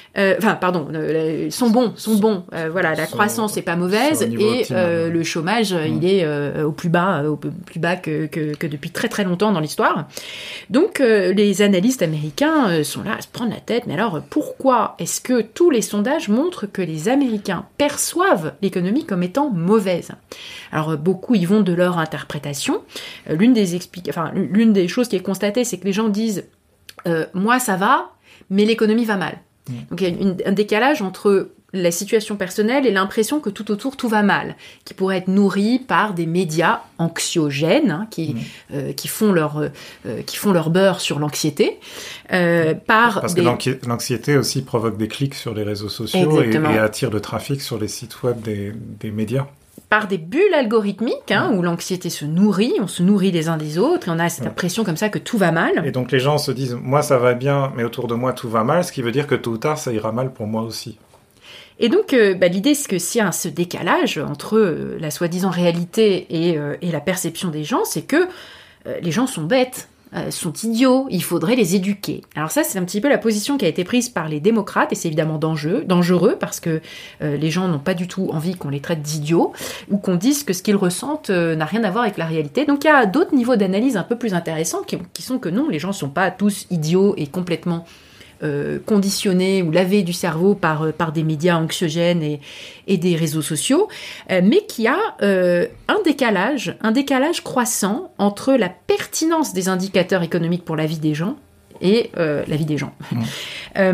Sont bons. La croissance n'est pas mauvaise et le chômage, il est au plus bas que depuis très très longtemps dans l'histoire. Donc, les analystes américains sont là à se prendre la tête. Mais alors, pourquoi est-ce que tous les sondages montrent que les Américains perçoivent l'économie comme étant mauvaise? Alors, beaucoup y vont de leur interprétation. L'une des choses qui est constatée, c'est que les gens disent moi ça va, mais l'économie va mal. Donc il y a un décalage entre la situation personnelle et l'impression que tout autour tout va mal, qui pourrait être nourri par des médias anxiogènes, hein, qui font leur beurre sur l'anxiété, parce que l'anxiété aussi provoque des clics sur les réseaux sociaux et attire le trafic sur les sites web des médias. Par des bulles algorithmiques, où l'anxiété se nourrit, on se nourrit les uns des autres, et on a cette impression comme ça que tout va mal. Et donc les gens se disent, moi ça va bien, mais autour de moi tout va mal, ce qui veut dire que tôt ou tard ça ira mal pour moi aussi. Et donc l'idée c'est que s'il y a ce décalage entre la soi-disant réalité et la perception des gens, c'est que les gens sont bêtes. Sont idiots, il faudrait les éduquer. Alors ça, c'est un petit peu la position qui a été prise par les démocrates, et c'est évidemment dangereux parce que les gens n'ont pas du tout envie qu'on les traite d'idiots, ou qu'on dise que ce qu'ils ressentent n'a rien à voir avec la réalité. Donc il y a d'autres niveaux d'analyse un peu plus intéressants qui sont que non, les gens ne sont pas tous idiots et complètement conditionnés ou lavés du cerveau par des médias anxiogènes et des réseaux sociaux, mais qui a un décalage croissant entre la pertinence des indicateurs économiques pour la vie des gens et la vie des gens. Pourquoi ?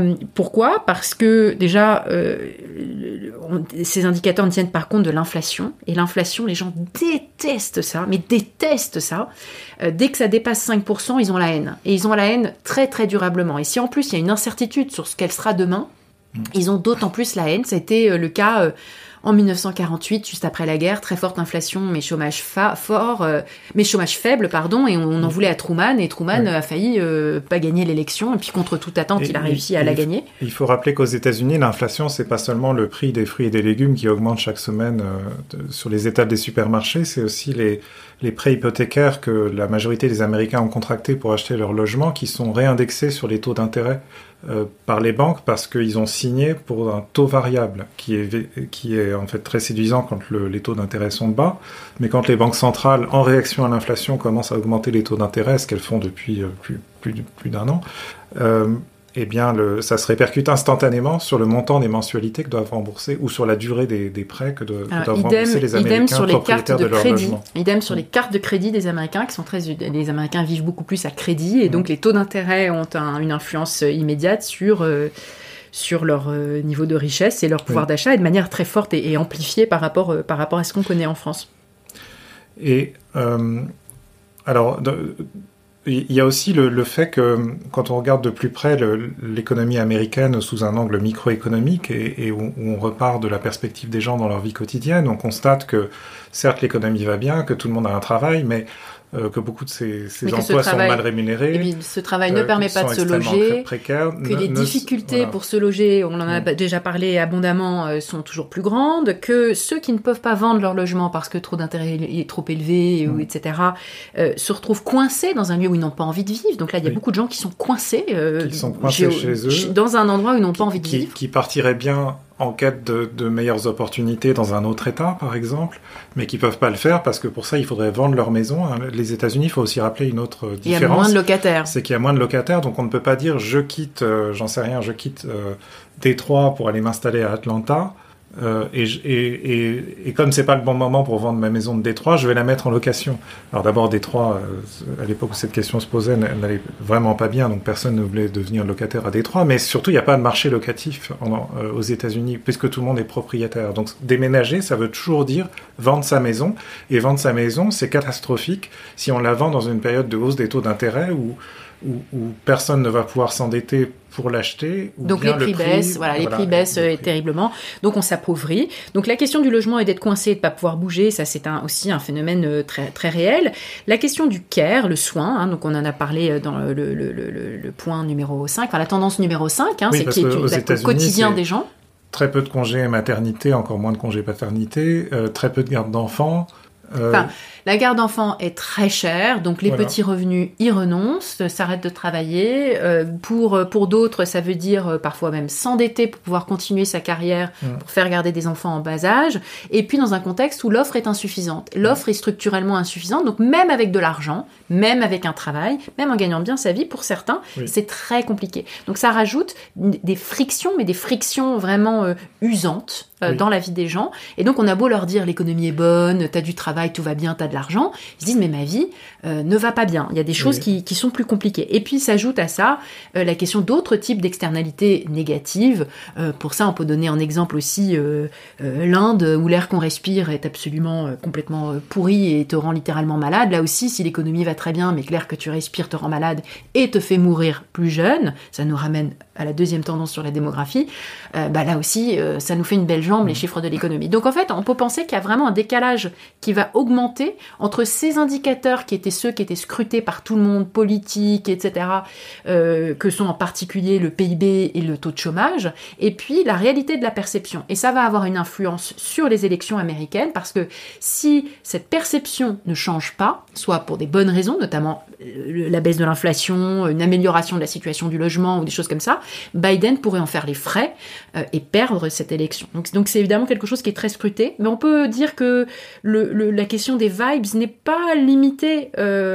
Parce que déjà, ces indicateurs ne tiennent pas compte de l'inflation. Et l'inflation, les gens détestent ça. Dès que ça dépasse 5%, ils ont la haine. Et ils ont la haine très très durablement. Et si en plus il y a une incertitude sur ce qu'elle sera demain, ils ont d'autant plus la haine. Ça a été le cas en 1948, juste après la guerre, très forte inflation, mais chômage faible, et on en voulait à Truman, et Truman a failli pas gagner l'élection, et puis contre toute attente, il a réussi à la gagner. Il faut rappeler qu'aux États-Unis, l'inflation, c'est pas seulement le prix des fruits et des légumes qui augmente chaque semaine sur les étals des supermarchés, c'est aussi les prêts hypothécaires que la majorité des Américains ont contractés pour acheter leur logement, qui sont réindexés sur les taux d'intérêt par les banques parce qu'ils ont signé pour un taux variable qui est en fait très séduisant quand les taux d'intérêt sont bas, mais quand les banques centrales, en réaction à l'inflation, commencent à augmenter les taux d'intérêt, ce qu'elles font depuis plus d'un an, ça se répercute instantanément sur le montant des mensualités que doivent rembourser ou sur la durée des prêts que doivent rembourser les Américains propriétaires de leur logement. Idem sur les cartes de crédit des Américains, les Américains vivent beaucoup plus à crédit, et donc les taux d'intérêt ont une influence immédiate sur leur niveau de richesse et leur pouvoir d'achat, et de manière très forte et amplifiée par rapport à ce qu'on connaît en France. Et il y a aussi le fait que, quand on regarde de plus près l'économie américaine sous un angle microéconomique et où on repart de la perspective des gens dans leur vie quotidienne, on constate que, certes, l'économie va bien, que tout le monde a un travail, mais que beaucoup de ces emplois sont mal rémunérés. Et puis, ce travail ne permet pas de se loger, que les difficultés pour se loger, on en a déjà parlé abondamment, sont toujours plus grandes, que ceux qui ne peuvent pas vendre leur logement parce que trop d'intérêt est trop élevé, etc., se retrouvent coincés dans un lieu où ils n'ont pas envie de vivre. Donc là, il y a beaucoup de gens qui sont coincés, chez eux, dans un endroit où ils n'ont pas envie de vivre. Qui partiraient bien en quête de meilleures opportunités dans un autre État, par exemple, mais qui peuvent pas le faire parce que pour ça, il faudrait vendre leur maison. Les États-Unis, il faut aussi rappeler une autre différence. Il y a moins de locataires. C'est qu'il y a moins de locataires, donc on ne peut pas dire je quitte, je quitte Détroit pour aller m'installer à Atlanta. Et comme c'est pas le bon moment pour vendre ma maison de Détroit, je vais la mettre en location. Alors d'abord, Détroit, à l'époque où cette question se posait, n'allait vraiment pas bien, donc personne ne voulait devenir locataire à Détroit. Mais surtout, il n'y a pas de marché locatif aux États-Unis, puisque tout le monde est propriétaire. Donc déménager, ça veut toujours dire vendre sa maison. Et vendre sa maison, c'est catastrophique si on la vend dans une période de hausse des taux d'intérêt où personne ne va pouvoir s'endetter pour l'acheter. Donc les prix baissent, les prix baissent terriblement. Donc on s'appauvrit. Donc la question du logement et d'être coincé et de ne pas pouvoir bouger, ça c'est aussi un phénomène très, très réel. La question du care, le soin, donc on en a parlé dans le point numéro 5, la tendance numéro 5, c'est qui est le quotidien des gens. Très peu de congés maternité, encore moins de congés paternité, très peu de garde d'enfants. La garde d'enfants est très chère, donc les petits revenus y renoncent, s'arrêtent de travailler. Pour d'autres, ça veut dire parfois même s'endetter pour pouvoir continuer sa carrière, pour faire garder des enfants en bas âge. Et puis dans un contexte où l'offre est insuffisante. L'offre est structurellement insuffisante, donc même avec de l'argent, même avec un travail, même en gagnant bien sa vie, pour certains, c'est très compliqué. Donc ça rajoute des frictions, mais des frictions vraiment usantes dans la vie des gens. Et donc on a beau leur dire l'économie est bonne, t'as du travail, tout va bien, t'as de l'argent, ils se disent mais ma vie ne va pas bien. Il y a des choses qui sont plus compliquées. Et puis s'ajoute à ça la question d'autres types d'externalités négatives. Pour ça, on peut donner en exemple aussi l'Inde, où l'air qu'on respire est absolument complètement pourri et te rend littéralement malade. Là aussi, si l'économie va très bien, mais que l'air que tu respires te rend malade et te fait mourir plus jeune, ça nous ramène à la deuxième tendance sur la démographie, là aussi, ça nous fait une belle jambe, les chiffres de l'économie. Donc en fait, on peut penser qu'il y a vraiment un décalage qui va augmenter entre ces indicateurs qui étaient ceux qui étaient scrutés par tout le monde, politiques, etc., que sont en particulier le PIB et le taux de chômage, et puis la réalité de la perception. Et ça va avoir une influence sur les élections américaines, parce que si cette perception ne change pas, soit pour des bonnes raisons, notamment la baisse de l'inflation, une amélioration de la situation du logement ou des choses comme ça, Biden pourrait en faire les frais et perdre cette élection. Donc c'est évidemment quelque chose qui est très scruté, mais on peut dire que la question des vibes n'est pas limitée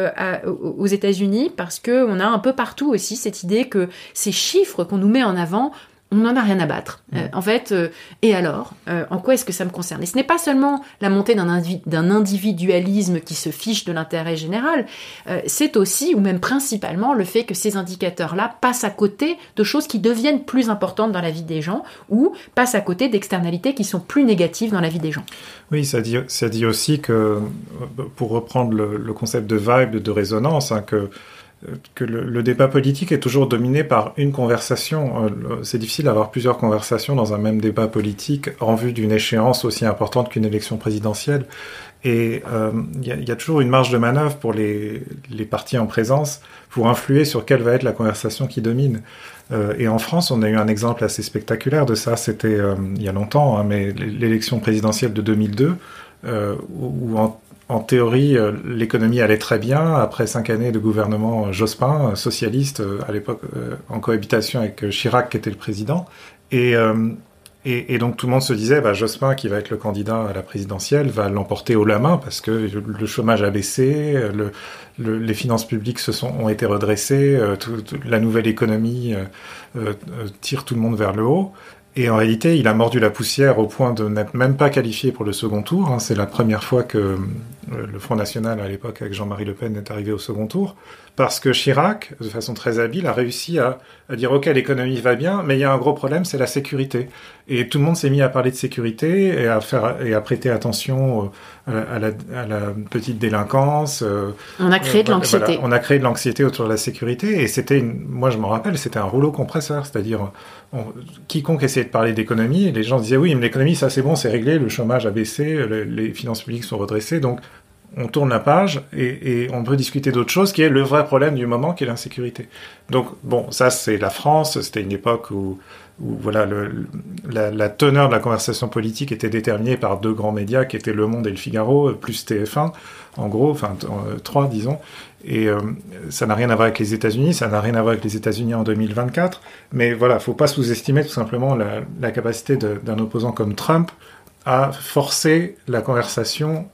aux États-Unis, parce qu'on a un peu partout aussi cette idée que ces chiffres qu'on nous met en avant, on n'en a rien à battre. En fait, et alors, en quoi est-ce que ça me concerne? Et ce n'est pas seulement la montée d'un individualisme qui se fiche de l'intérêt général, c'est aussi, ou même principalement, le fait que ces indicateurs-là passent à côté de choses qui deviennent plus importantes dans la vie des gens, ou passent à côté d'externalités qui sont plus négatives dans la vie des gens. Oui, ça dit aussi que, pour reprendre le concept de vibe, de résonance, que le débat politique est toujours dominé par une conversation. C'est difficile d'avoir plusieurs conversations dans un même débat politique en vue d'une échéance aussi importante qu'une élection présidentielle. Et il y a toujours une marge de manœuvre pour les partis en présence pour influer sur quelle va être la conversation qui domine. Et en France, on a eu un exemple assez spectaculaire de ça. C'était il y a longtemps, mais l'élection présidentielle de 2002, où en théorie, l'économie allait très bien après 5 années de gouvernement Jospin, socialiste, à l'époque en cohabitation avec Chirac, qui était le président. Et donc tout le monde se disait, Jospin, qui va être le candidat à la présidentielle, va l'emporter haut la main parce que le chômage a baissé, les finances publiques ont été redressées, la nouvelle économie tire tout le monde vers le haut. Et en réalité, il a mordu la poussière au point de n'être même pas qualifié pour le second tour. C'est la première fois que le Front National, à l'époque, avec Jean-Marie Le Pen, est arrivé au second tour. Parce que Chirac, de façon très habile, a réussi à dire « Ok, l'économie va bien, mais il y a un gros problème, c'est la sécurité. » Et tout le monde s'est mis à parler de sécurité et à prêter attention à la petite délinquance. On a créé de l'anxiété. Voilà, on a créé de l'anxiété autour de la sécurité. Et c'était, moi je m'en rappelle, c'était un rouleau compresseur. C'est-à-dire, quiconque essayait de parler d'économie, les gens disaient « Oui, mais l'économie, ça c'est bon, c'est réglé, le chômage a baissé, les finances publiques sont redressées. » Donc, on tourne la page et on peut discuter d'autre chose qui est le vrai problème du moment, qui est l'insécurité. Donc, bon, ça, c'est la France. C'était une époque où voilà, la teneur de la conversation politique était déterminée par 2 grands médias qui étaient Le Monde et Le Figaro, plus TF1, en gros, enfin 3, disons. Et ça n'a rien à voir avec les États-Unis, ça n'a rien à voir avec les États-Unis en 2024. Mais voilà, faut pas sous-estimer tout simplement la capacité d'un opposant comme Trump à forcer la conversation,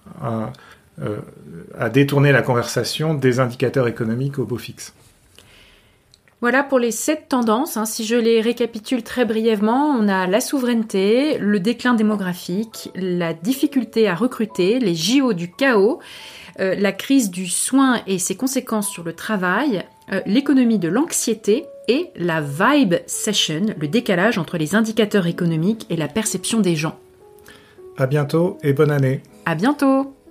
à détourner la conversation des indicateurs économiques au beau fixe. Voilà pour les 7 tendances. Si je les récapitule très brièvement, on a la souveraineté, le déclin démographique, la difficulté à recruter, les JO du chaos, la crise du soin et ses conséquences sur le travail, l'économie de l'anxiété et la vibe session, le décalage entre les indicateurs économiques et la perception des gens. À bientôt et bonne année. À bientôt.